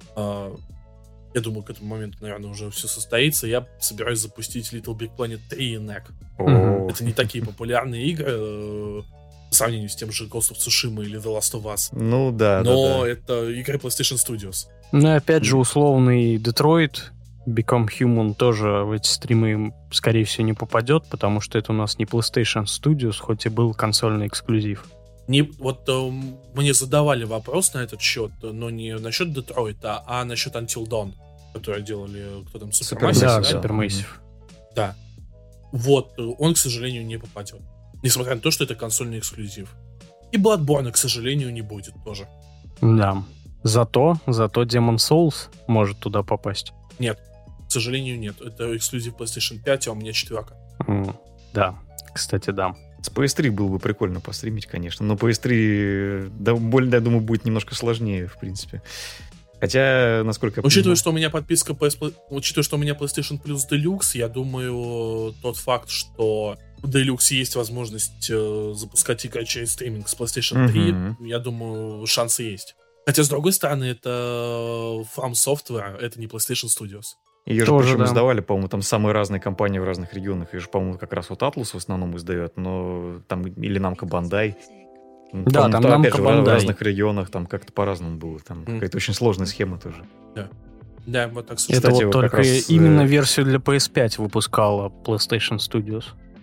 Я думаю, к этому моменту, наверное, уже все состоится. Я собираюсь запустить Little Big Planet 3 и NEC. Это не такие популярные игры по сравнению с тем же Ghost of Tsushima или The Last of Us. Ну да, но это игры PlayStation Studios. Ну и опять же, условный Detroit Become Human тоже в эти стримы, скорее всего, не попадет, потому что это у нас не PlayStation Studios, хоть и был консольный эксклюзив. Мне задавали вопрос на этот счет, но не насчет Детройта, а насчет Until Dawn, которые делали, кто там, Supermassive? Да, Supermassive. Да. Вот, он, к сожалению, не попадет. Несмотря на то, что это консольный эксклюзив. И Bloodborne, к сожалению, не будет тоже. Да. Зато Demon's Souls может туда попасть. Нет, к сожалению, нет. Это эксклюзив PlayStation 5, а у меня 4. Да, кстати, да. С PS3 было бы прикольно постримить, конечно, но PS3, я думаю, будет немножко сложнее, в принципе. Хотя, насколько я учитывая, понимаю... что у меня подписка учитывая, что у меня PlayStation Plus Deluxe, я думаю, тот факт, что в Deluxe есть возможность запускать игры через стриминг с PlayStation 3, я думаю, шансы есть. Хотя, с другой стороны, это From Software, это не PlayStation Studios. Ее же причем издавали, по-моему, там самые разные компании в разных регионах. Ее же, по-моему, как раз вот Atlus в основном издает, но там или Namco Bandai. Да, там опять Namco же, Bandai. в разных регионах там как-то по-разному было. Там какая-то очень сложная схема тоже. Да, вот так. Это кстати, вот только раз... именно версию для PS5 выпускала PlayStation Studios.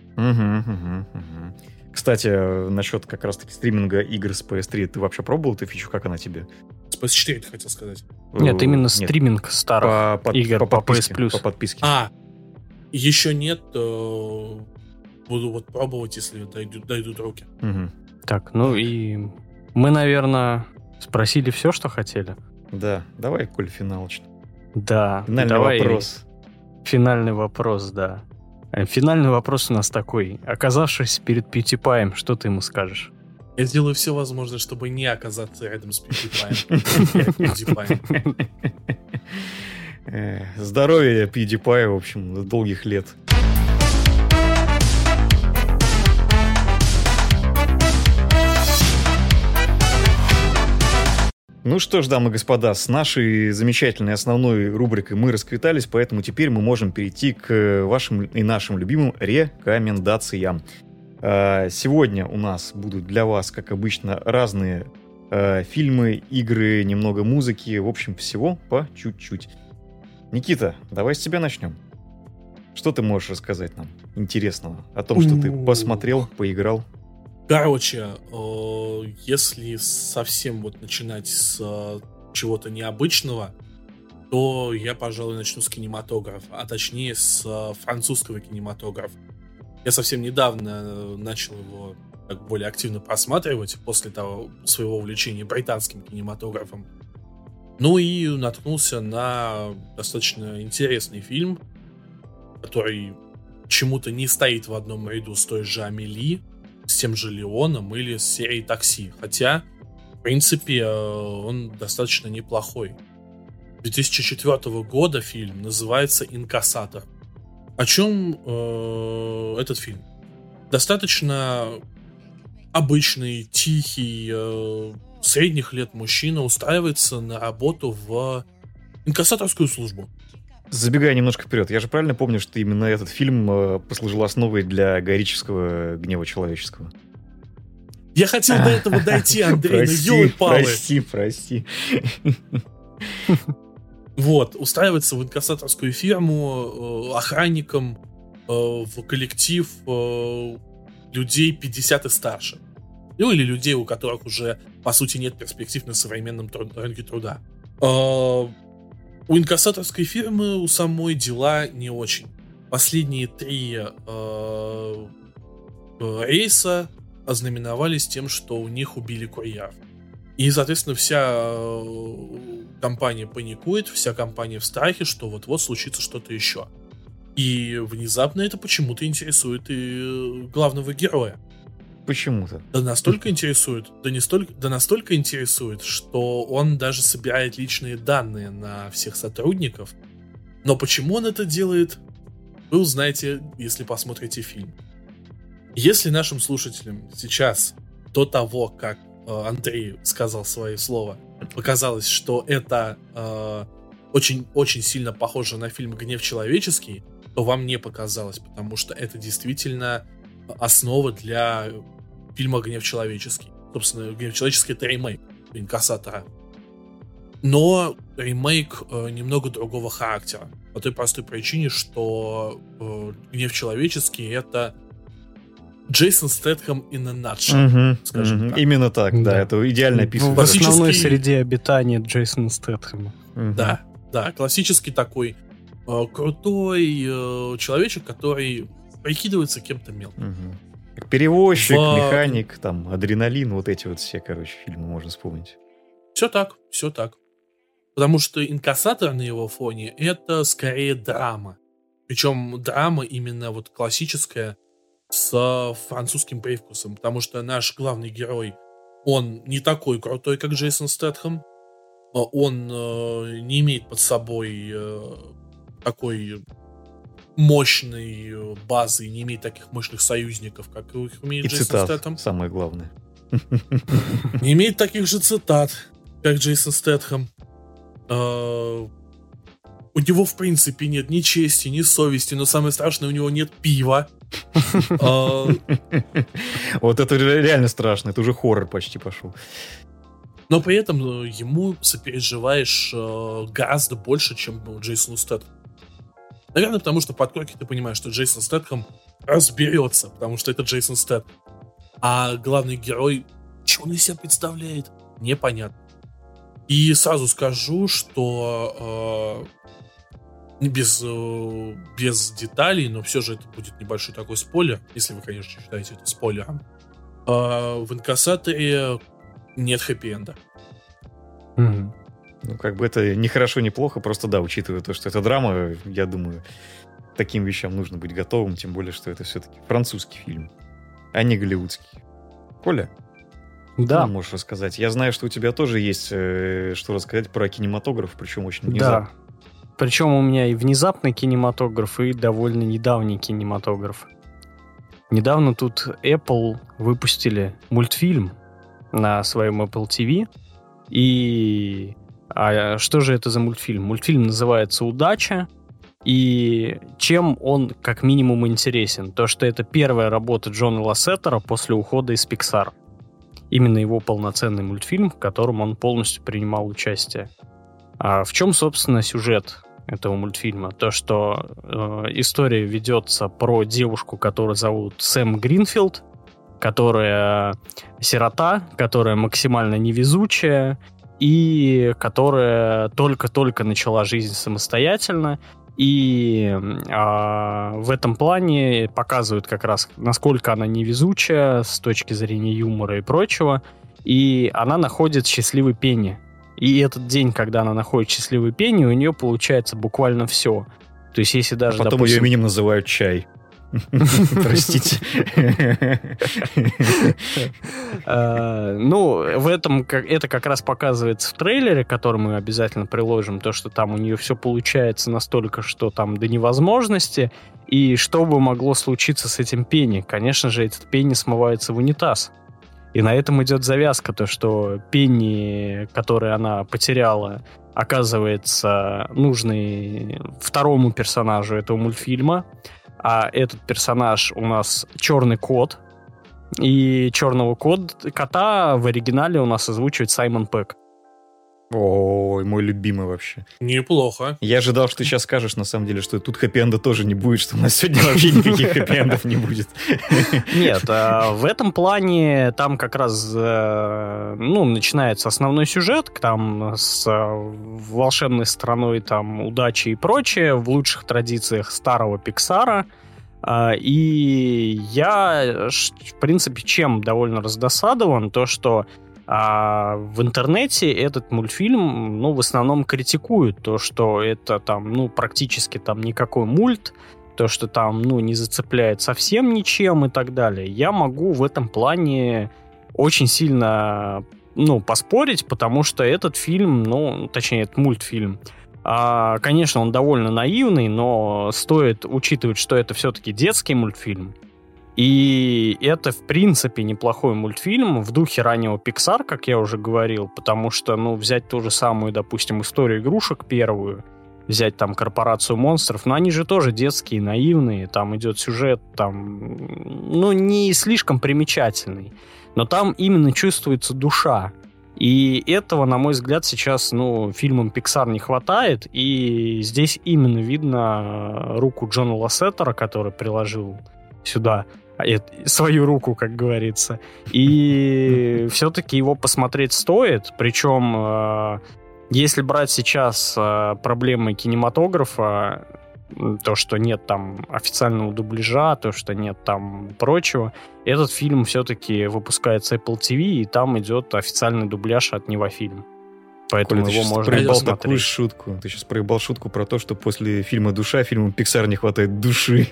Кстати, насчет как раз-таки стриминга игр с PS3, ты вообще пробовал эту фичу? Как она тебе? С PS4 ты хотел сказать? Нет, именно стриминг старых игр по PS Plus. По подписке. Еще нет. Буду вот пробовать, если дойдут руки. Так, ну и мы, наверное, спросили все, что хотели. Да, давай, Коль, финалочно. Да, финальный вопрос. Финальный вопрос, да. Финальный вопрос у нас такой. Оказавшись перед PewDiePie, что ты ему скажешь? Я сделаю все возможное, чтобы не оказаться рядом с PewDiePie. Здоровья PewDiePie, в общем, долгих лет. Ну что ж, дамы и господа, с нашей замечательной основной рубрикой мы расквитались, поэтому теперь мы можем перейти к вашим и нашим любимым рекомендациям. Сегодня у нас будут для вас, как обычно, разные фильмы, игры, немного музыки, в общем, всего по чуть-чуть. Никита, давай с тебя начнем. Что ты можешь рассказать нам интересного о том, что ты посмотрел, поиграл? Короче, если совсем вот начинать с чего-то необычного, то я, пожалуй, начну с кинематографа, а точнее с французского кинематографа. Я совсем недавно начал его так более активно просматривать после того своего увлечения британским кинематографом. Ну и наткнулся на достаточно интересный фильм, который чему-то не стоит в одном ряду с той же Амели, с тем же Леоном или с серией «Такси». Хотя, в принципе, он достаточно неплохой. 2004 года фильм называется «Инкассатор». О чем этот фильм? Достаточно обычный, тихий, средних лет мужчина устраивается на работу в инкассаторскую службу. Забегая немножко вперед, я же правильно помню, что именно этот фильм послужил основой для героического гнева человеческого? Я хотел до этого дойти, Андрей, но ёлы-палы. Прости. Вот, устраивается в инкассаторскую фирму охранником в коллектив людей 50 и старше. Ну, или людей, у которых уже, по сути, нет перспектив на современном рынке труда. У инкассаторской фирмы у самой дела не очень. Последние 3 рейса ознаменовались тем, что у них убили курьеров. И, соответственно, вся компания паникует, вся компания в страхе, что вот-вот случится что-то еще. И внезапно это почему-то интересует и главного героя. Почему-то. Да настолько интересует, да настолько интересует, что он даже собирает личные данные на всех сотрудников. Но почему он это делает, вы узнаете, если посмотрите фильм. Если нашим слушателям сейчас, до того, как Андрей сказал свои слова, показалось, что это очень-очень сильно похоже на фильм «Гнев человеческий», то вам не показалось, потому что это действительно основа для фильма «Гнев человеческий». Собственно, «Гнев человеческий» — это ремейк «Инкассатора». Но ремейк немного другого характера. По той простой причине, что «Гнев человеческий» — это Джейсон Стэтхэм in a nutshell, скажем так. Именно так, да, это идеально описывает. В основной среде обитания Джейсона Стэтхэма. Да, классический такой крутой человечек, который прикидывается кем-то мелким. Перевозчик, механик, там, адреналин, вот эти вот все, фильмы можно вспомнить. Все так. Потому что «Инкассатор» на его фоне — это скорее драма. Причем драма именно вот классическая, с французским привкусом. Потому что наш главный герой, он не такой крутой, как Джейсон Стэтхэм. Он не имеет под собой такой мощной базы, не имеет таких мощных союзников, как их имеет Джейсон Стэтхэм. Самое главное. Не имеет таких же цитат, как Джейсон Стэтхэм. У него, в принципе, нет ни чести, ни совести, но самое страшное, у него нет пива. Вот это реально страшно, это уже хоррор почти пошел. Но при этом ему сопереживаешь гораздо больше, чем Джейсону Стэтхэму. Наверное, потому что в подкорке ты понимаешь, что Джейсон Стэтхэм разберется, потому что это Джейсон Стэтхэм. А главный герой, что он из себя представляет, непонятно. И сразу скажу, что без деталей, но все же это будет небольшой такой спойлер, если вы, конечно, считаете это спойлером. В «Инкассаторе» нет хэппи-энда. Ну, как бы это не хорошо, не плохо, просто да, учитывая то, что это драма, я думаю, таким вещам нужно быть готовым, тем более, что это все-таки французский фильм, а не голливудский. Коля? Да. Что можешь рассказать? Я знаю, что у тебя тоже есть что рассказать про кинематограф, причем очень внезапно. Да. Причем у меня и внезапный кинематограф, и довольно недавний кинематограф. Недавно тут Apple выпустили мультфильм на своем Apple TV. И что же это за мультфильм? Мультфильм называется «Удача». И чем он как минимум интересен? То, что это первая работа Джона Лассетера после ухода из Pixar. Именно его полноценный мультфильм, в котором он полностью принимал участие. А в чем, собственно, сюжет этого мультфильма? То, что история ведется про девушку, которую зовут Сэм Гринфилд, которая сирота, которая максимально невезучая и которая только-только начала жизнь самостоятельно. И в этом плане показывают как раз, насколько она невезучая с точки зрения юмора и прочего. И она находит счастливый Пенни. И этот день, когда она находит счастливый Пенни, у нее получается буквально все. То есть если даже, потом допустим, ее именем называют Чай. Простите. Ну, в этом это как раз показывается в трейлере, который мы обязательно приложим, то, что там у нее все получается настолько, что там до невозможности. И что бы могло случиться с этим Пенни? Конечно же, этот Пенни смывается в унитаз. И на этом идет завязка, то, что Пенни, который она потеряла, оказывается нужной второму персонажу этого мультфильма. А этот персонаж у нас черный кот. И черного кота в оригинале у нас озвучивает Саймон Пегг. Ой, мой любимый вообще. Неплохо. Я ожидал, что ты сейчас скажешь, на самом деле, что тут хэппи-энда тоже не будет, что у нас сегодня вообще никаких хэппи-эндов не будет. Нет, в этом плане там как раз начинается основной сюжет, там с волшебной страной, там удачи и прочее, в лучших традициях старого Пиксара. И я, в принципе, чем довольно раздосадован, то, что в интернете этот мультфильм, в основном критикуют то, что это там, практически там никакой мульт, то, что там, не зацепляет совсем ничем и так далее. Я могу в этом плане очень сильно, поспорить, потому что этот фильм, точнее, этот мультфильм, конечно, он довольно наивный, но стоит учитывать, что это все-таки детский мультфильм. И это, в принципе, неплохой мультфильм в духе раннего Pixar, как я уже говорил, потому что, взять ту же самую, допустим, историю игрушек первую, взять там корпорацию монстров, но они же тоже детские, наивные, там идет сюжет, там, не слишком примечательный, но там именно чувствуется душа. И этого, на мой взгляд, сейчас, фильмам Pixar не хватает, и здесь именно видно руку Джона Лассетера, который приложил сюда свою руку, как говорится. И все-таки его посмотреть стоит. Причем, если брать сейчас проблемы кинематографа, то, что нет там официального дубляжа, то, что нет там прочего, этот фильм все-таки выпускается Apple TV, и там идет официальный дубляж от Невофильм. Поэтому Коля, его можно посмотреть. Такую шутку. Ты сейчас проебал шутку про то, что после фильма «Душа» фильму Pixar не хватает души.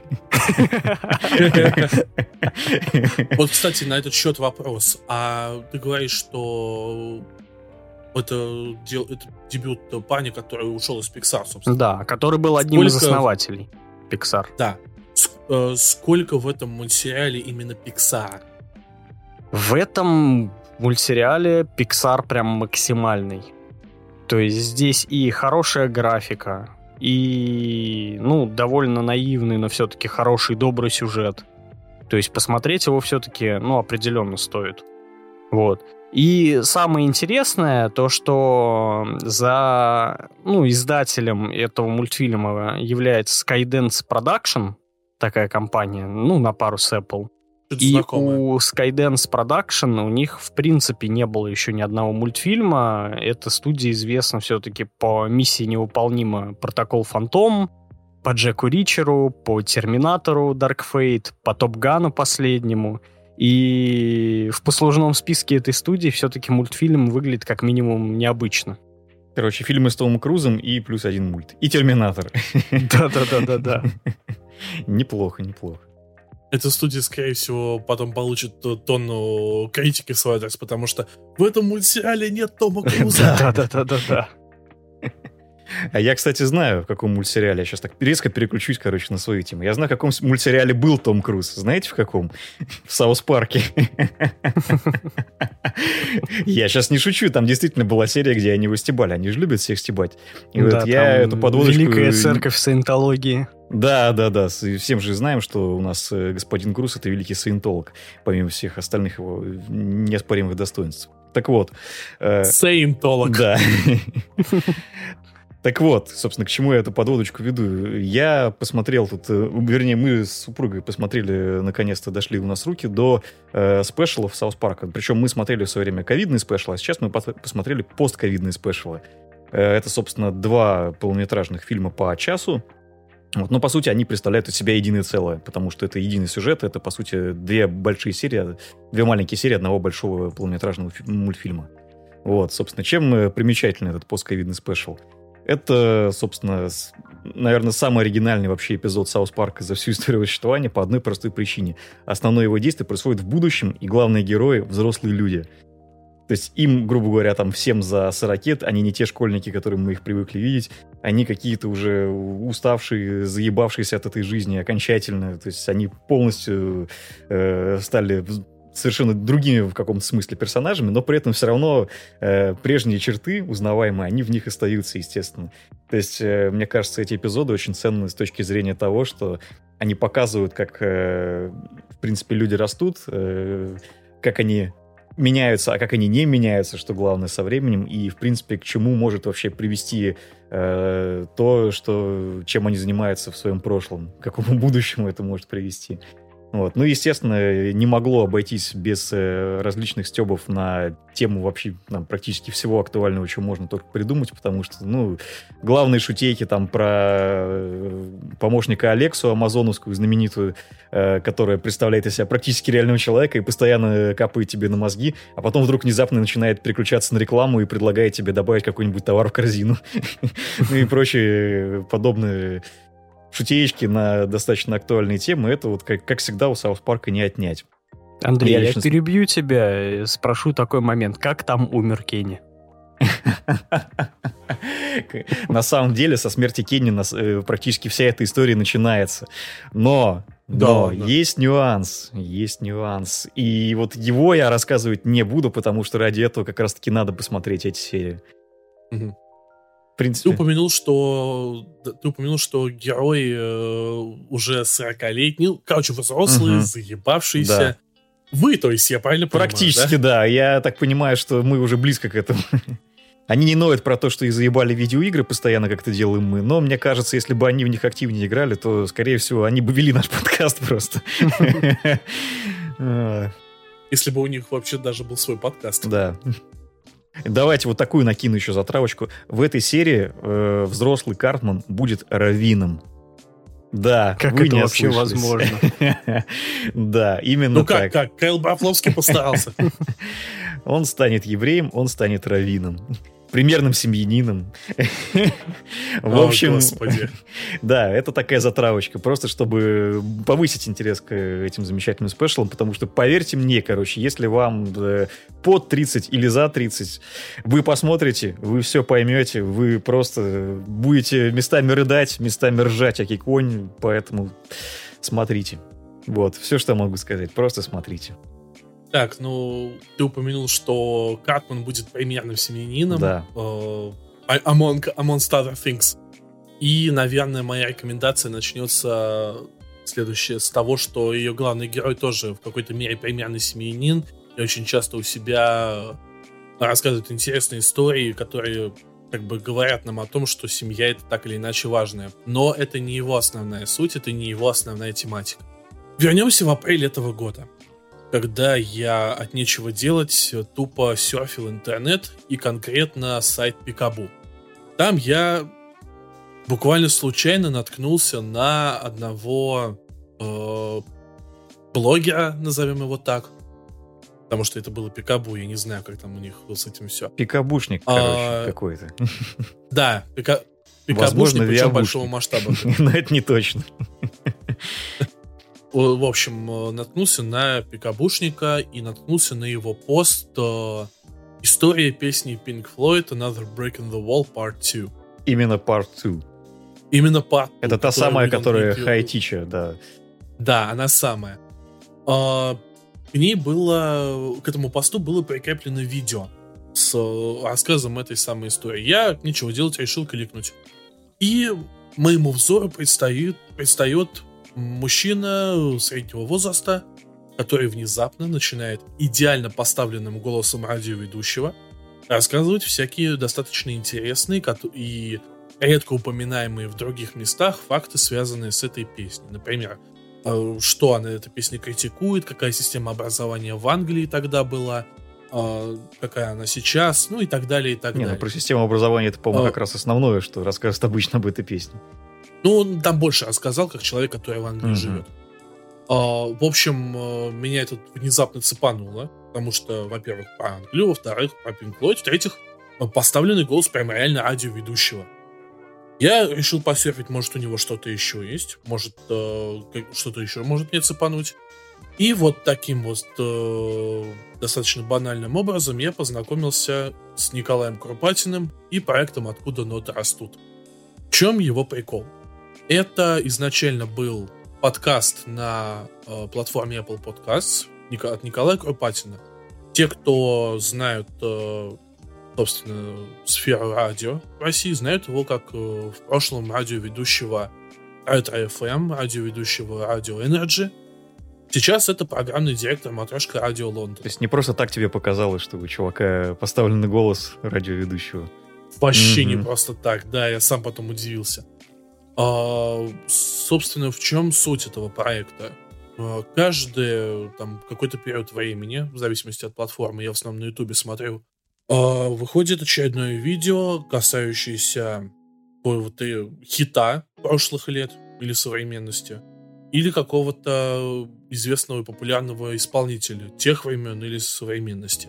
Вот, кстати, на этот счет вопрос. А ты говоришь, что это дебют парня, который ушел из Pixar, собственно. Да, который был одним из основателей Pixar. Да. Сколько в этом мультсериале именно Pixar? В этом в мультсериале Pixar прям максимальный. То есть здесь и хорошая графика, и, довольно наивный, но все-таки хороший, добрый сюжет. То есть посмотреть его все-таки, определенно стоит. Вот. И самое интересное, то, что за издателем этого мультфильма является Skydance Production, такая компания, на пару с Apple. И знакомое. У Skydance Production у них, в принципе, не было еще ни одного мультфильма. Эта студия известна все-таки по «Миссии невыполнима», «Протокол Фантом», по Джеку Ричеру, по «Терминатору» Dark Fate, по «Топ Гану» последнему. И в послужном списке этой студии все-таки мультфильм выглядит как минимум необычно. Короче, фильмы с Томом Крузом и плюс один мульт. И «Терминатор». Да. Неплохо. Эта студия, скорее всего, потом получит тонну критики в свой адрес, потому что в этом мультсериале нет Тома Круза. Да. А я, кстати, знаю, в каком мультсериале. Я сейчас так резко переключусь, на свою тему. Я знаю, в каком мультсериале был Том Круз. Знаете, в каком? В Саус Парке. Я сейчас не шучу. Там действительно была серия, где они его стебали. Они же любят всех стебать. И вот я эту подводочку... Великая церковь саентологии. Да. Всем же знаем, что у нас господин Круз — это великий саентолог, помимо всех остальных его неоспоримых достоинств. Так вот. Саентолог. Да. Так вот, собственно, к чему я эту подводочку веду. Я посмотрел тут, вернее, мы с супругой посмотрели, наконец-то дошли у нас руки до спешалов Саус Парка. Причем мы смотрели в свое время ковидные спешалы, а сейчас мы посмотрели постковидные спешалы. Это, собственно, 2 полнометражных фильма по часу. Вот, но, по сути, они представляют из себя единое целое, потому что это единый сюжет, это, по сути, 2 большие серии, 2 маленькие серии одного большого полнометражного мультфильма. Вот, собственно, чем примечательный этот постковидный спешал? Это, собственно, наверное, самый оригинальный вообще эпизод Саус Парка за всю историю существования по одной простой причине. Основное его действие происходит в будущем, и главные герои — взрослые люди. То есть им, грубо говоря, там всем за 40 они не те школьники, которые мы их привыкли видеть, они какие-то уже уставшие, заебавшиеся от этой жизни окончательно. То есть они полностью стали совершенно другими в каком-то смысле персонажами, но при этом все равно прежние черты узнаваемые, они в них остаются, естественно. То есть, мне кажется, эти эпизоды очень ценны с точки зрения того, что они показывают, как, в принципе, люди растут, как они меняются, а как они не меняются, что главное, со временем, и, в принципе, к чему может вообще привести то, чем они занимаются в своем прошлом, к какому будущему это может привести. Вот. Ну, естественно, не могло обойтись без различных стебов на тему вообще практически всего актуального, что можно только придумать, потому что, главные шутейки там про помощника Алексу амазоновскую знаменитую, которая представляет из себя практически реального человека и постоянно капает тебе на мозги, а потом вдруг внезапно начинает переключаться на рекламу и предлагает тебе добавить какой-нибудь товар в корзину. Ну и прочие подобные шутеечки на достаточно актуальные темы. Это вот, как всегда, у Саус Парка не отнять. Андрей, я перебью тебя, спрошу такой момент. Как там умер Кенни? На самом деле, со смерти Кенни практически вся эта история начинается. Но есть нюанс. И вот его я рассказывать не буду, потому что ради этого как раз-таки надо посмотреть эти серии. В принципе. Ты упомянул, что герой уже 40-летний, взрослый, заебавшийся. Да. Вы, то есть, я правильно понимаю? Практически, да. Я так понимаю, что мы уже близко к этому. Они не ноют про то, что и заебали видеоигры постоянно, как это делаем мы, но мне кажется, если бы они в них активнее играли, то, скорее всего, они бы вели наш подкаст просто. Если бы у них вообще даже был свой подкаст. Да. Давайте вот такую накину еще затравочку. В этой серии взрослый Картман будет раввином. Да, как это вообще возможно? Да, именно так. Как? Кайл Бафловский постарался. Он станет евреем, он станет раввином. Примерным семьянином. В общем, да, это такая затравочка, просто чтобы повысить интерес к этим замечательным спешалам, потому что, поверьте мне, если вам под 30 или за 30, вы посмотрите, вы все поймете, вы просто будете местами рыдать, местами ржать, аки конь, поэтому смотрите. Вот, все, что я могу сказать, просто смотрите. Так, ты упомянул, что Картман будет премьерным семьянином. Да. Amongst other things. И, наверное, моя рекомендация начнется следующее с того, что ее главный герой тоже в какой-то мере премьерный семьянин и очень часто у себя рассказывает интересные истории, которые как бы говорят нам о том, что семья — это так или иначе важное. Но это не его основная суть, это не его основная тематика. Вернемся в апреле этого года, когда я от нечего делать тупо серфил интернет и конкретно сайт Пикабу. Там я буквально случайно наткнулся на одного блогера, назовем его так, потому что это было Пикабу, я не знаю, как там у них с этим все. Пикабушник, короче, какой-то. Да, Пикабушник, причем большого масштаба. Но это не точно. В общем, наткнулся на Пикабушника и наткнулся на его пост «История песни Pink Floyd Another Break in the Wall Part 2». Именно Part 2. Именно Part 2. Это та самая, которая High Teacher, да. Да, она самая. К ней к этому посту было прикреплено видео с рассказом этой самой истории. Я, нечего делать, решил кликнуть. И моему взору предстает мужчина среднего возраста, который внезапно начинает идеально поставленным голосом радиоведущего рассказывать всякие достаточно интересные и редко упоминаемые в других местах факты, связанные с этой песней. Например, что эта песня критикует, какая система образования в Англии тогда была, какая она сейчас, и так далее, и так далее. Про систему образования это, по-моему, как раз основное, что рассказывает обычно об этой песне. Он там больше рассказал, как человек, который в Англии живет. В общем, меня это внезапно цепануло, потому что, во-первых, про Англию, во-вторых, про Pink Floyd, в-третьих, поставленный голос прямо реально радиоведущего. Я решил посерфить, может, у него что-то еще есть, может, что-то еще может мне цепануть. И вот таким вот достаточно банальным образом я познакомился с Николаем Курпатиным и проектом «Откуда ноты растут». В чем его прикол? Это изначально был подкаст на платформе Apple Podcasts от Николая Курпатина. Те, кто знают, собственно, сферу радио в России, знают его как в прошлом радиоведущего Ретро FM, радиоведущего Radio Energy. Сейчас это программный директор матрешка Радио Лондон. То есть не просто так тебе показалось, что у чувака поставленный голос радиоведущего? Вообще не просто так, да, я сам потом удивился. Собственно, в чем суть этого проекта? Каждый какой-то период времени, в зависимости от платформы, я в основном на Ютубе смотрю, выходит очередное видео, касающееся хита прошлых лет или современности, или какого-то известного и популярного исполнителя тех времен или современности.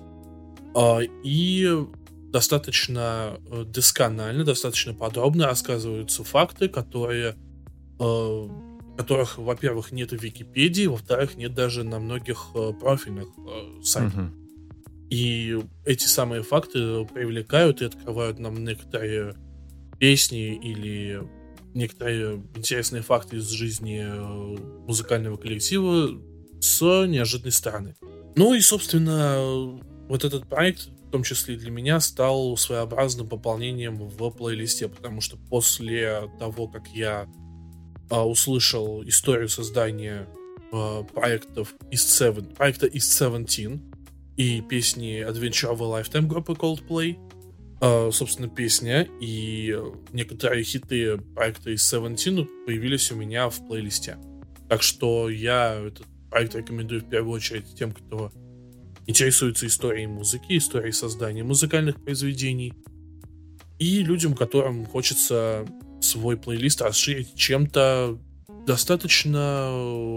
И достаточно досконально, достаточно подробно рассказываются факты, которых, во-первых, нет в Википедии, во-вторых, нет даже на многих профильных сайтах. И эти самые факты привлекают и открывают нам некоторые песни или некоторые интересные факты из жизни музыкального коллектива с неожиданной стороны. И, собственно, вот этот проект, в том числе и для меня, стал своеобразным пополнением в плейлисте, потому что после того, как я услышал историю создания проекта East 17 и песни Adventure of a Lifetime группы Coldplay, собственно, песня и некоторые хиты проекта East 17 появились у меня в плейлисте. Так что я этот проект рекомендую в первую очередь тем, кто интересуется историей музыки, историей создания музыкальных произведений, и людям, которым хочется свой плейлист расширить чем-то достаточно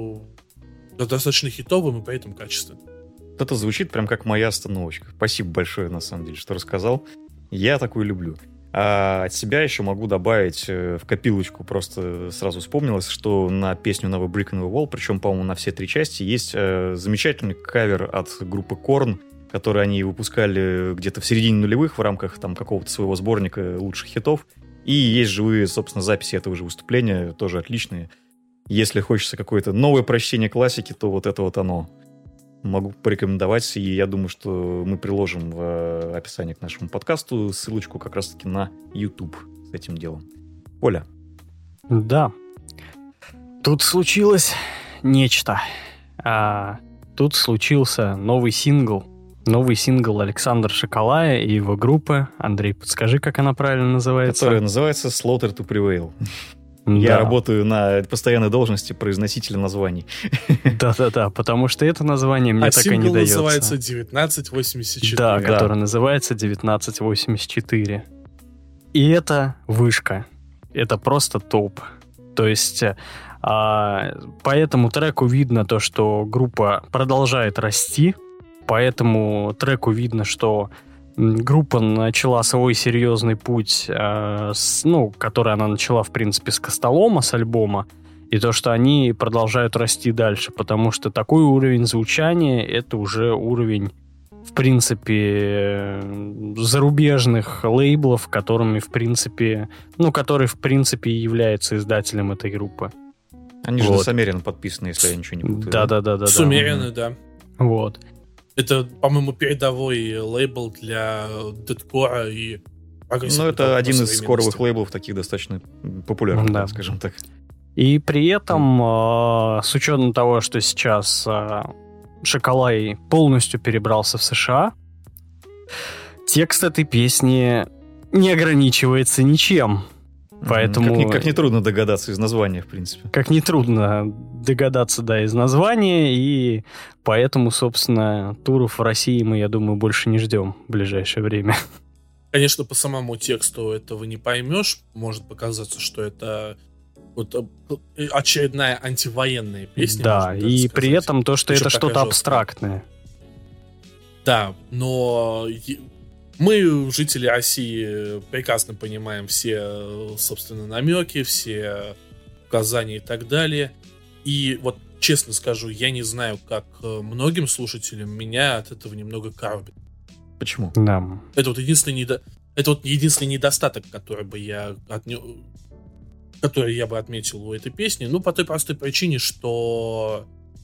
хитовым и при этом качественным. Это звучит прям как моя остановочка. Спасибо большое, на самом деле, что рассказал. Я такую люблю. А от себя еще могу добавить в копилочку, просто сразу вспомнилось, что на песню Never Break in the Wall, причем, по-моему, на все 3 части, есть замечательный кавер от группы Korn, который они выпускали где-то в середине нулевых в рамках какого-то своего сборника лучших хитов. И есть живые, собственно, записи этого же выступления, тоже отличные. Если хочется какое-то новое прочтение классики, то вот это вот оно. могу порекомендовать, и я думаю, что мы приложим в описании к нашему подкасту ссылочку как раз-таки на YouTube с этим делом. Оля. Да. Тут случилось нечто. Тут случился новый сингл. Новый сингл Александра Шоколая и его группы. Андрей, подскажи, как она правильно называется? Которая называется Slaughter to Prevail. Я работаю на постоянной должности произносителя названий. Да-да-да, потому что это название мне так и не дается. А называется 1984. Да, который называется 1984. И это вышка. Это просто топ. То есть по этому треку видно то, что группа продолжает расти. По этому треку видно, что группа начала свой серьезный путь, который она начала, в принципе, с Костолома, с альбома, и то, что они продолжают расти дальше, потому что такой уровень звучания — это уже уровень, в принципе, зарубежных лейблов, который, в принципе, является издателем этой группы. Они же с Америн подписаны, если я ничего не путаю. Да. С Умеренно, да. Вот. Это, по-моему, передовой лейбл для дэткора и... это один из скоровых лейблов, таких достаточно популярных, да, скажем так. И при этом, с учетом того, что сейчас Шоколай полностью перебрался в США, текст этой песни не ограничивается ничем. Поэтому... Как нетрудно догадаться из названия, в принципе. Как нетрудно догадаться, да, из названия, и поэтому, собственно, туров в России мы, я думаю, больше не ждем в ближайшее время. Конечно, по самому тексту этого не поймешь. Может показаться, что это очередная антивоенная песня. Да, и при этом то, что это что-то абстрактное. Да, но... Мы, жители России, прекрасно понимаем все, собственно, намеки, все указания и так далее. И вот, честно скажу, я не знаю, как многим слушателям, меня от этого немного коробит. Почему? Да. Это вот единственный недостаток, который я бы отметил у этой песни. По той простой причине, что...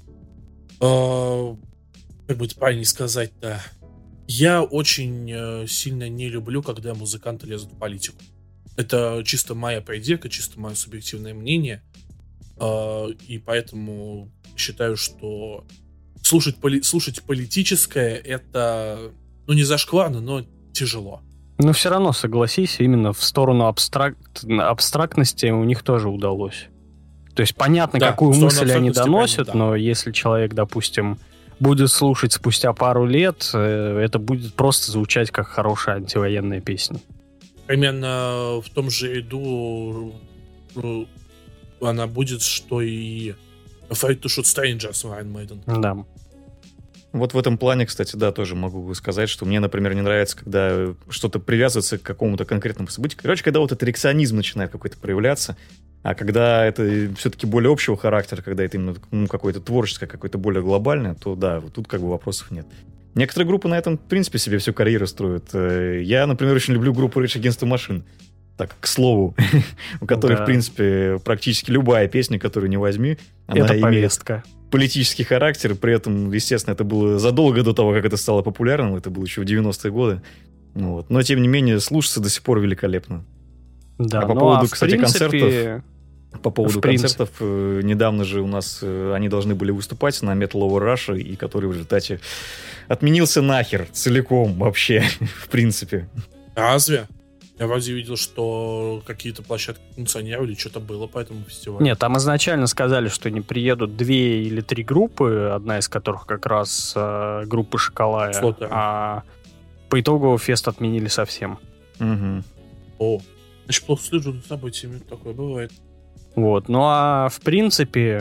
как бы это правильно сказать-то... Я очень сильно не люблю, когда музыканты лезут в политику. Это чисто моя придирка, чисто мое субъективное мнение. И поэтому считаю, что слушать политическое — это, не зашкварно, но тяжело. Но все равно, согласись, именно в сторону абстрактности у них тоже удалось. То есть понятно, какую мысль они доносят, но если человек, допустим, будет слушать спустя пару лет, это будет просто звучать как хорошая антивоенная песня. Примерно в том же ряду она будет, что и Afraid to Shoot Strangers Iron Maiden. Да. Вот в этом плане, кстати, да, тоже могу сказать, что мне, например, не нравится, когда что-то привязывается к какому-то конкретному событию. Короче, когда вот этот реакционизм начинает какой-то проявляться, а когда это все-таки более общего характера, когда это именно какое-то творческое, какое-то более глобальное, то да, вот тут как бы вопросов нет. Некоторые группы на этом, в принципе, себе всю карьеру строят. Я, например, очень люблю группу Rage Against the Machine. Так, к слову, у которых, в принципе, практически любая песня, которую не возьми, она это имеет повестка. Политический характер. При этом, естественно, это было задолго до того, как это стало популярным. Это было еще в 90-е годы. Вот. Но, тем не менее, слушается до сих пор великолепно. Да, по поводу, кстати, концертов... По поводу концертов, недавно же у нас они должны были выступать на Metal Over Russia, и который в результате отменился нахер целиком вообще, в принципе. Разве? Я вроде видел, что какие-то площадки функционировали, что-то было по этому фестивалю. Нет, там изначально сказали, что не приедут 2 или 3 группы, одна из которых как раз группа Шоколая, а по итогу фест отменили совсем. Угу. О, значит, плохо слежу за событиями, такое бывает. Вот, ну а в принципе,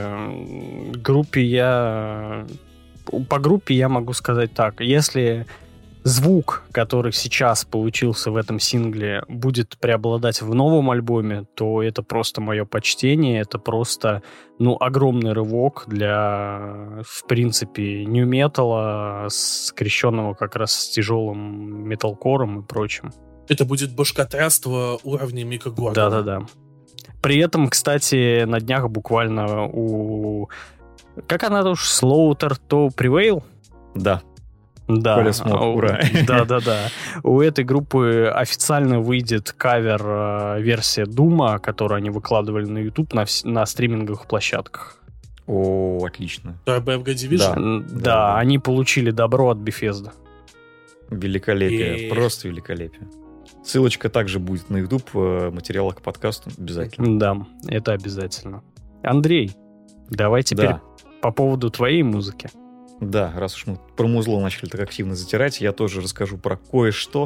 по группе я могу сказать так, если звук, который сейчас получился в этом сингле, будет преобладать в новом альбоме, то это просто мое почтение, это просто, огромный рывок для, в принципе, нью-металла, скрещенного как раз с тяжелым металкором и прочим. Это будет башкотряство уровня Мика Гордона. Да-да-да. При этом, кстати, на днях буквально как она уж, Slaughter to Prevail? Да. Да. Коля смог, ура. Да. У этой группы официально выйдет кавер-версия Дума, которую они выкладывали на YouTube на стриминговых площадках. О, отлично. BFG Division? Да, они получили добро от Bethesda. Великолепие, просто великолепие. Ссылочка также будет на YouTube в материалах к подкасту, обязательно. Да, это обязательно. Андрей, давай теперь по поводу твоей музыки. Да, раз уж мы про музло начали так активно затирать, я тоже расскажу про кое-что.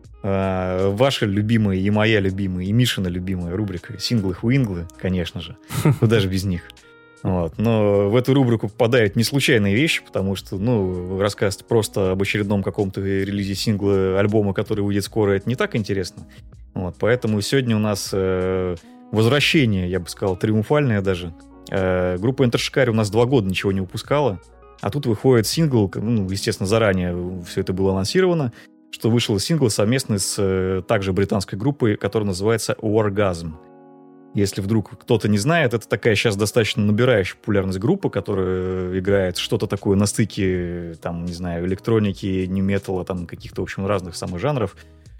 Ваша любимая и моя любимая, и Мишина любимая рубрика «Синглы-хуинглы», конечно же. Куда же без них. Вот. Но в эту рубрику попадают не случайные вещи, потому что, рассказ просто об очередном каком-то релизе сингла, альбома, который выйдет скоро, это не так интересно. Вот. Поэтому сегодня у нас возвращение, я бы сказал, триумфальное даже. Группа Enter Shikari у нас 2 года ничего не выпускала, а тут выходит сингл, естественно, заранее все это было анонсировано, что вышел сингл совместно с также британской группой, которая называется Wargasm. Если вдруг кто-то не знает, это такая сейчас достаточно набирающая популярность группа, которая играет что-то такое на стыке, там, не знаю, электроники, нью-металла, там, каких-то, в общем, разных самых жанров.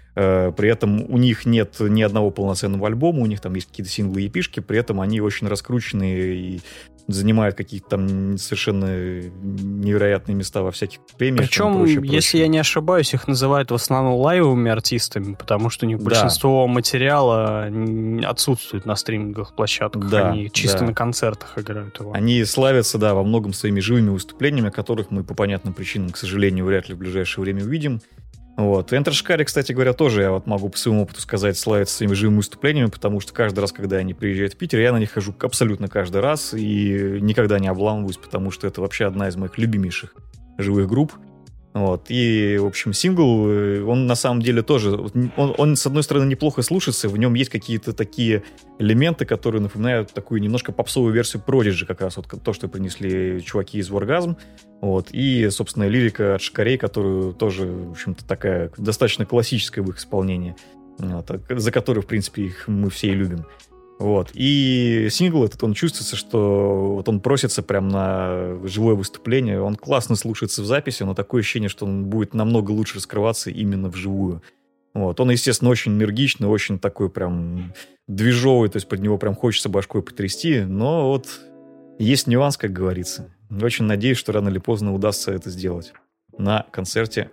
При этом у них нет ни одного полноценного альбома, у них там есть какие-то синглы и эпишки, при этом они очень раскрученные и занимают какие-то там совершенно невероятные места во всяких премиях. Причем, если я не ошибаюсь, их называют в основном лайвовыми артистами, потому что у них большинство материала отсутствует на стриминговых площадках, они чисто на концертах играют его. Они славятся, во многом своими живыми выступлениями, которых мы по понятным причинам, к сожалению, вряд ли в ближайшее время увидим. Вот. Enter Shikari, кстати говоря, тоже, я вот могу по своему опыту сказать, славятся своими живыми выступлениями, потому что каждый раз, когда они приезжают в Питер, я на них хожу абсолютно каждый раз и никогда не обламываюсь, потому что это вообще одна из моих любимейших живых групп. Вот. И, в общем, сингл, он на самом деле тоже, он с одной стороны неплохо слушается, в нем есть какие-то такие элементы, которые напоминают такую немножко попсовую версию Prodigy, как раз вот то, что принесли чуваки из Wargasm. Вот. И, собственно, лирика от Shikari, которую тоже, в общем-то, такая достаточно классическая в их исполнении, вот, за которую, в принципе, их мы все и любим. Вот. И сингл этот, он чувствуется, что вот он просится прям на живое выступление, он классно слушается в записи, но такое ощущение, что он будет намного лучше раскрываться именно вживую. Вот. Он, естественно, очень энергичный, очень такой прям движовый, то есть под него прям хочется башкой потрясти, но вот есть нюанс, как говорится. Очень надеюсь, что рано или поздно удастся это сделать на концерте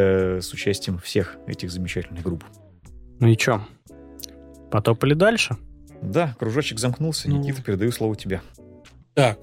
с участием всех этих замечательных групп. Ну и чё? Потопали дальше? Да, кружочек замкнулся. Никита, передаю слово тебе. Так,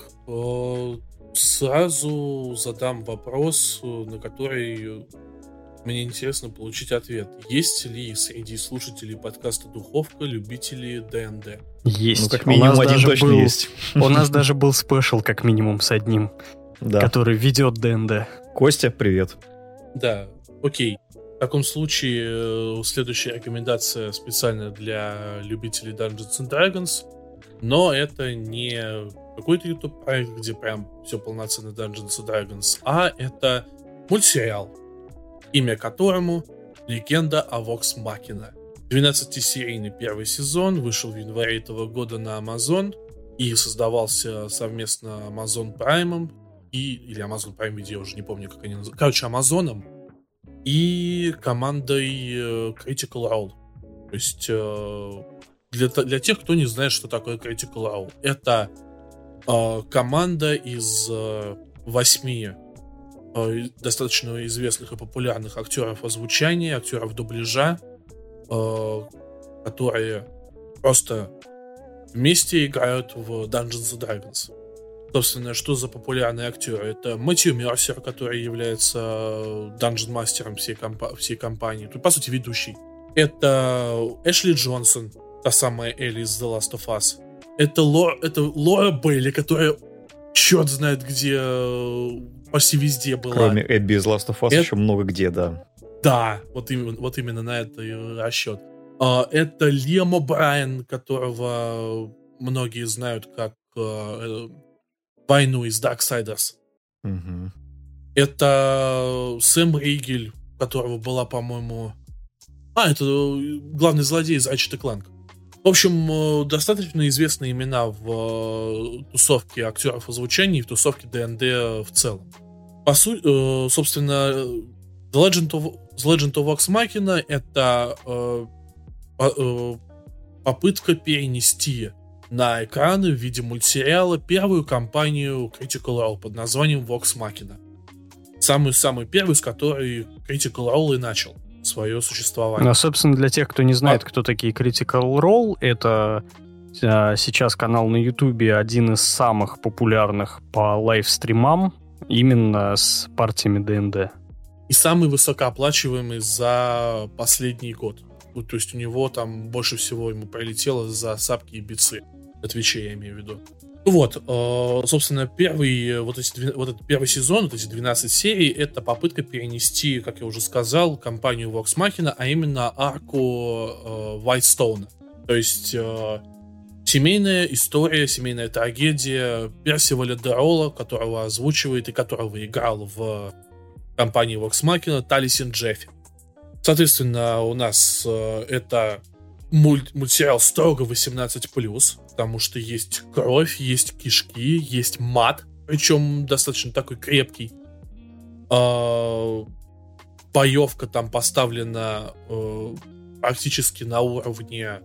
сразу задам вопрос, на который мне интересно получить ответ. Есть ли среди слушателей подкаста «Духовка» любители ДНД? Есть. Как минимум один точно есть. У нас даже был спешл, как минимум, с одним, который ведет ДНД. Костя, привет. Да, окей. В таком случае следующая рекомендация специально для любителей Dungeons and Dragons, но это не какой-то YouTube-проект, где прям все полноценно Dungeons and Dragons, а это мультсериал, имя которому «Легенда о Vox Machina». 12-серийный первый сезон вышел в январе этого года на Amazon и создавался совместно Amazon Prime или Amazon Prime Video, я уже не помню, как они называются. Короче, Amazon'ом и командой Critical Role. То есть для тех, кто не знает, что такое Critical Role, это команда из 8 достаточно известных и популярных актеров озвучания, актеров дубляжа, которые просто вместе играют в Dungeons and Dragons. Собственно, что за популярные актеры? Это Мэтью Мерсер, который является данжен-мастером всей компании. Тут, по сути, ведущий. Это Эшли Джонсон, та самая Элли из The Last of Us. Это Лора Бейли, которая черт знает где, почти везде была. Кроме Эбби из Last of Us еще много где, да. Да, вот именно на это расчет. Это Лиам О'Брайен, которого многие знают как войну из Darksiders. Угу. Это Сэм Ригель, у которого была, по-моему... это главный злодей из Ratchet & Clank. В общем, достаточно известные имена в тусовке актеров озвучения и в тусовке ДНД в целом. Собственно, The Legend of Vox Machina — это попытка перенести на экраны в виде мультсериала первую кампанию Critical Role под названием Vox Machina. Самый первый, с которой Critical Role и начал свое существование. Ну, собственно, для тех, кто не знает, кто такие Critical Role, это сейчас канал на Ютубе, один из самых популярных по лайвстримам, именно с партиями ДНД. И самый высокооплачиваемый за последний год. То есть у него там больше всего ему прилетело за сапки и бицы. На Твиче я имею в виду. Вот, собственно, этот первый сезон, вот эти 12 серий, это попытка перенести, как я уже сказал, кампанию Vox Machina, а именно арку Whitestone. То есть семейная история, семейная трагедия Персиваля Деролла, которого озвучивает и которого играл в компании Vox Machina Талисин Джеффи. Соответственно, у нас это мультсериал строго 18+, потому что есть кровь, есть кишки, есть мат, причем достаточно такой крепкий. Боевка там поставлена практически на уровне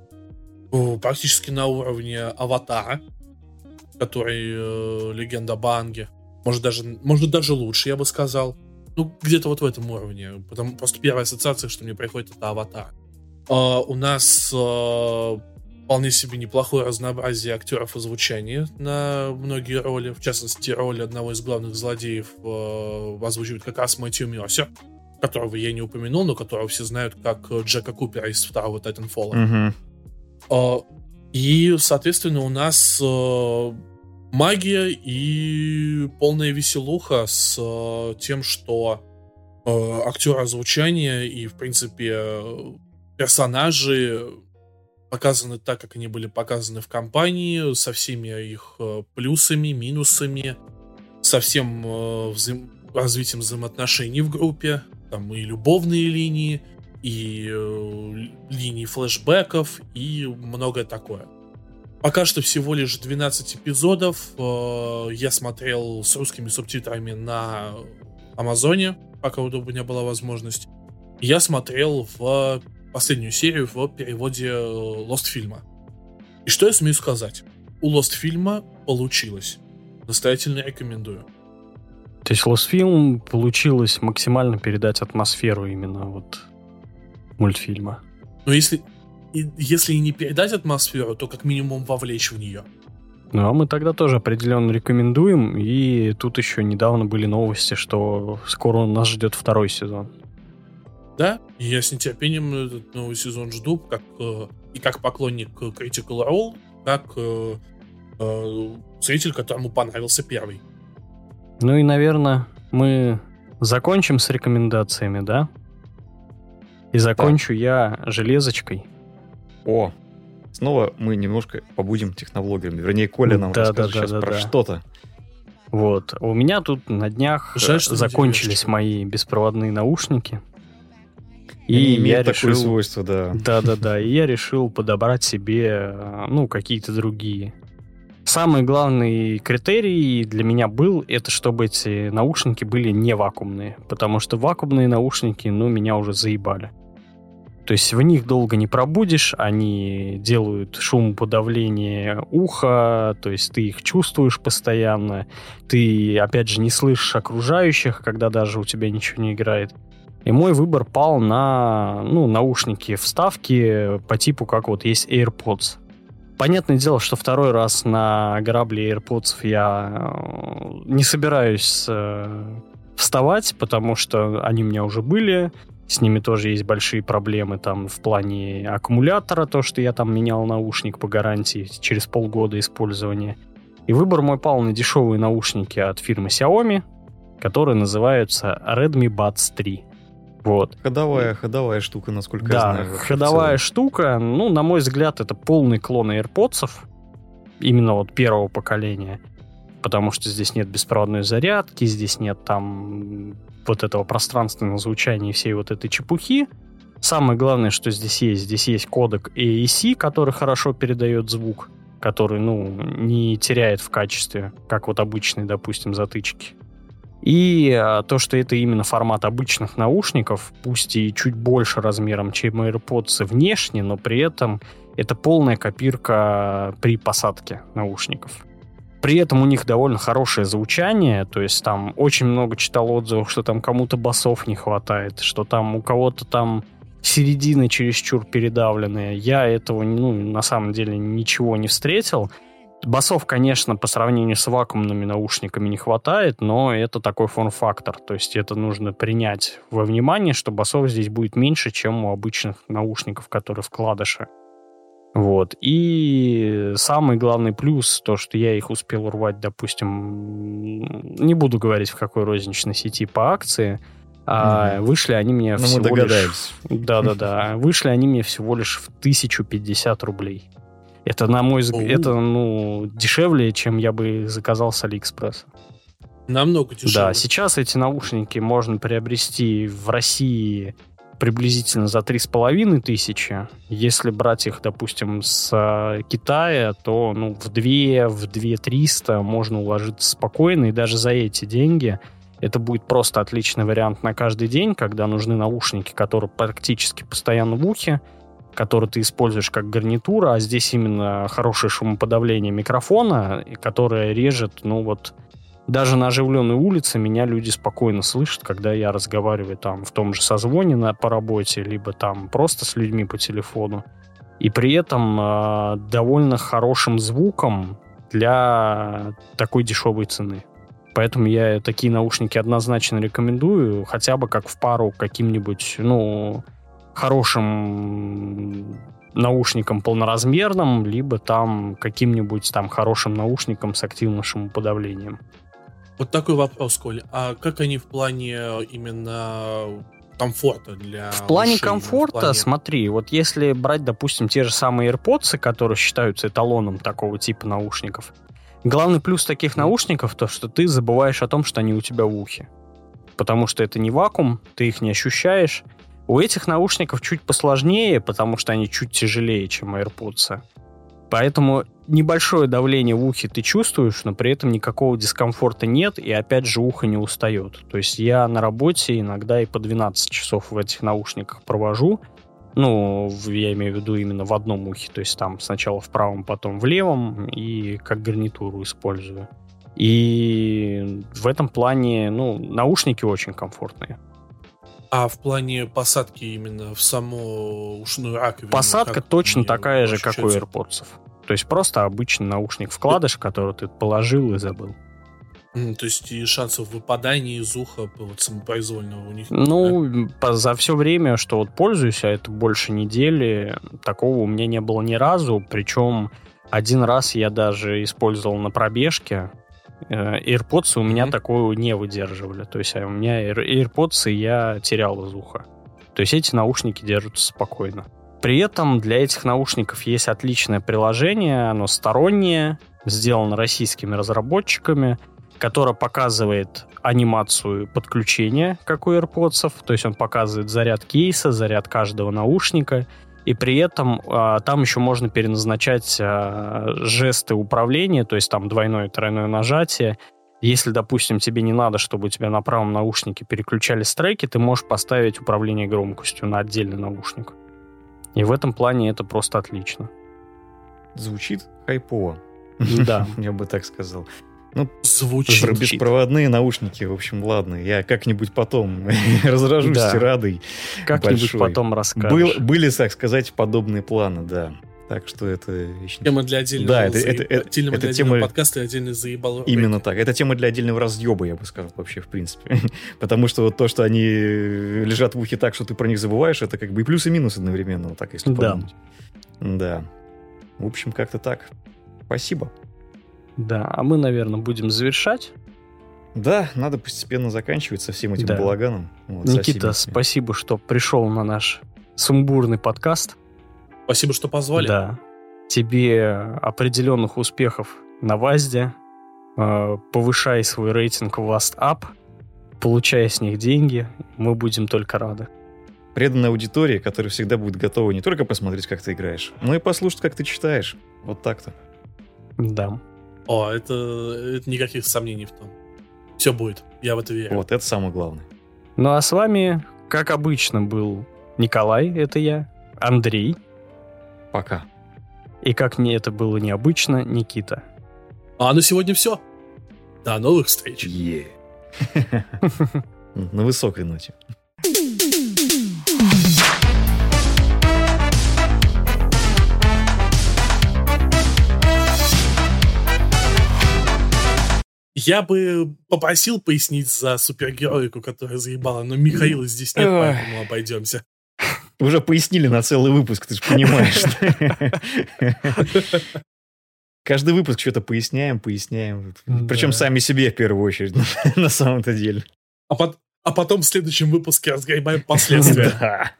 Аватара, который Легенда об Аанге. Может даже лучше, я бы сказал. Ну, где-то вот в этом уровне. Просто первая ассоциация, что мне приходит, это Аватар. У нас вполне себе неплохое разнообразие актеров озвучания на многие роли. В частности, роль одного из главных злодеев озвучивает как раз Мэтью Мерсер, которого я не упомянул, но которого все знают как Джека Купера из второго Titanfall. И, соответственно, у нас магия и полная веселуха с тем, что актеры озвучания и, в принципе, персонажи показаны так, как они были показаны в кампании, со всеми их плюсами, минусами, со всем развитием взаимоотношений в группе, там и любовные линии, и линии флешбеков, и многое такое. Пока что всего лишь 12 эпизодов. Я смотрел с русскими субтитрами на Амазоне, пока у меня была возможность. Я смотрел в последнюю серию в переводе Лостфильма. И что я смею сказать? У Лостфильма получилось. Настоятельно рекомендую. То есть Лостфильм получилось максимально передать атмосферу именно вот мультфильма. Но если и не передать атмосферу, то как минимум вовлечь в нее. Ну, а мы тогда тоже определенно рекомендуем. И тут еще недавно были новости, что скоро нас ждет второй сезон. Да, и я с нетерпением этот новый сезон жду, как поклонник Critical Role, как зритель, которому понравился первый. Ну и, наверное, мы закончим с рекомендациями, да? И закончу я железочкой. О, снова мы немножко побудем техноблогерами. Вернее, Коля нам расскажет сейчас про что-то. Вот. У меня тут на днях закончились мои беспроводные наушники. И я решил... свойство, да. Да-да-да. И я решил подобрать себе, какие-то другие. Самый главный критерий для меня был, это чтобы эти наушники были не вакуумные. Потому что вакуумные наушники, меня уже заебали. То есть в них долго не пробудешь, они делают шумоподавление уха, то есть ты их чувствуешь постоянно, ты, опять же, не слышишь окружающих, когда даже у тебя ничего не играет. И мой выбор пал на наушники-вставки по типу, как вот есть AirPods. Понятное дело, что второй раз на грабли AirPods я не собираюсь вставать, потому что они у меня уже были. С ними тоже есть большие проблемы там в плане аккумулятора, то, что я там менял наушник по гарантии через полгода использования. И выбор мой пал на дешевые наушники от фирмы Xiaomi, которые называются Redmi Buds 3. Вот. Ходовая штука, насколько я знаю. Да, ходовая штука. На мой взгляд, это полный клон AirPods, именно вот первого поколения. Потому что здесь нет беспроводной зарядки, здесь нет там вот этого пространственного звучания и всей вот этой чепухи. Самое главное, что здесь есть кодек AAC, который хорошо передает звук, который, не теряет в качестве, как вот обычные, допустим, затычки. И то, что это именно формат обычных наушников, пусть и чуть больше размером, чем AirPods внешне, но при этом это полная копирка при посадке наушников. При этом у них довольно хорошее звучание, то есть там очень много читал отзывов, что там кому-то басов не хватает, что там у кого-то там середины чересчур передавленные. Я этого, на самом деле ничего не встретил. Басов, конечно, по сравнению с вакуумными наушниками не хватает, но это такой форм-фактор. То есть это нужно принять во внимание, что басов здесь будет меньше, чем у обычных наушников, которые вкладыши. Вот. И самый главный плюс, то, что я их успел урвать, допустим, не буду говорить, в какой розничной сети по акции, вышли они мне всего лишь... Да-да-да. Вышли они мне всего лишь в 1050 рублей. Это, на мой взгляд, это, дешевле, чем я бы заказал с Алиэкспресса. Намного дешевле. Да, сейчас эти наушники можно приобрести в России приблизительно за 3500. Если брать их, допустим, с Китая, то в 2300 можно уложиться спокойно, и даже за эти деньги это будет просто отличный вариант на каждый день, когда нужны наушники, которые практически постоянно в ухе, который ты используешь как гарнитура, а здесь именно хорошее шумоподавление микрофона, которое режет, даже на оживленной улице меня люди спокойно слышат, когда я разговариваю там в том же созвоне по работе, либо там просто с людьми по телефону. И при этом довольно хорошим звуком для такой дешевой цены. Поэтому я такие наушники однозначно рекомендую, хотя бы как в пару каким-нибудь, хорошим наушником полноразмерным, либо там каким-нибудь там хорошим наушником с активным шумоподавлением. Вот такой вопрос, Коль. А как они в плане именно комфорта для В плане ушей, комфорта, смотри, вот если брать, допустим, те же самые AirPods, которые считаются эталоном такого типа наушников, главный плюс таких наушников то, что ты забываешь о том, что они у тебя в ухе. Потому что это не вакуум, ты их не ощущаешь. У этих наушников чуть посложнее, потому что они чуть тяжелее, чем AirPods. Поэтому небольшое давление в ухе ты чувствуешь, но при этом никакого дискомфорта нет, и опять же ухо не устает. То есть я на работе иногда и по 12 часов в этих наушниках провожу. Я имею в виду именно в одном ухе. То есть там сначала в правом, потом в левом, и как гарнитуру использую. И в этом плане, наушники очень комфортные. А в плане посадки именно в саму ушную раковину? Посадка точно такая же, как у AirPods. То есть просто обычный наушник-вкладыш, который ты положил и забыл. То есть и шансов выпадания из уха самопроизвольного у них? За все время, что пользуюсь, а это больше недели, такого у меня не было ни разу. Причем один раз я даже использовал на пробежке. AirPods у меня такое не выдерживали. То есть у меня AirPods я терял из уха. То есть эти наушники держатся спокойно. При этом для этих наушников есть отличное приложение. Оно стороннее, сделано российскими разработчиками, которое показывает анимацию подключения, как у AirPods. То есть он показывает заряд кейса, заряд каждого наушника. И при этом там еще можно переназначать жесты управления, то есть там двойное и тройное нажатие. Если, допустим, тебе не надо, чтобы у тебя на правом наушнике переключались треки, ты можешь поставить управление громкостью на отдельный наушник. И в этом плане это просто отлично. Звучит хайпово. Да. Я бы так сказал. Звучит. Про беспроводные наушники, в общем, ладно, я как-нибудь потом разражусь тирадой. Как-нибудь потом расскажешь. Были, так сказать, подобные планы, да. Так что это... Тема для отдельного подкаста и отдельный заебал. Именно так. Это тема для отдельного разъеба, я бы сказал, вообще, в принципе. Потому что то, что они лежат в ухе так, что ты про них забываешь, это как бы и плюс, и минус одновременно, так если подумать. Да. В общем, как-то так. Спасибо. Да, а мы, наверное, будем завершать. Да, надо постепенно заканчивать со всем этим балаганом. Никита, спасибо, что пришел на наш сумбурный подкаст. Спасибо, что позвали. Да. Тебе определенных успехов на ВАЗде. Повышай свой рейтинг в WastUp. Получай с них деньги. Мы будем только рады. Преданная аудитория, которая всегда будет готова не только посмотреть, как ты играешь, но и послушать, как ты читаешь. Вот так-то. Да. Это никаких сомнений в том. Все будет. Я в это верю. Вот, это самое главное. Ну а с вами, как обычно, был Николай, это я, Андрей. Пока. И как мне это было необычно, Никита. А на сегодня все. До новых встреч. На высокой ноте. Я бы попросил пояснить за супергероику, которая заебала, но Михаила здесь нет, поэтому обойдемся. Уже пояснили на целый выпуск, ты же понимаешь. Каждый выпуск что-то поясняем. Причем сами себе в первую очередь, на самом-то деле. А потом в следующем выпуске разгребаем последствия. Да.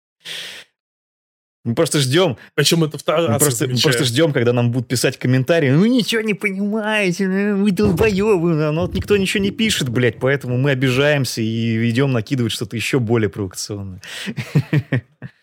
Мы просто ждем. Причем это второй раз. Мы просто ждем, когда нам будут писать комментарии. Ну, ничего не понимаете, вы долбоебы. Но вот никто ничего не пишет, блядь. Поэтому мы обижаемся и идем накидывать что-то еще более провокационное.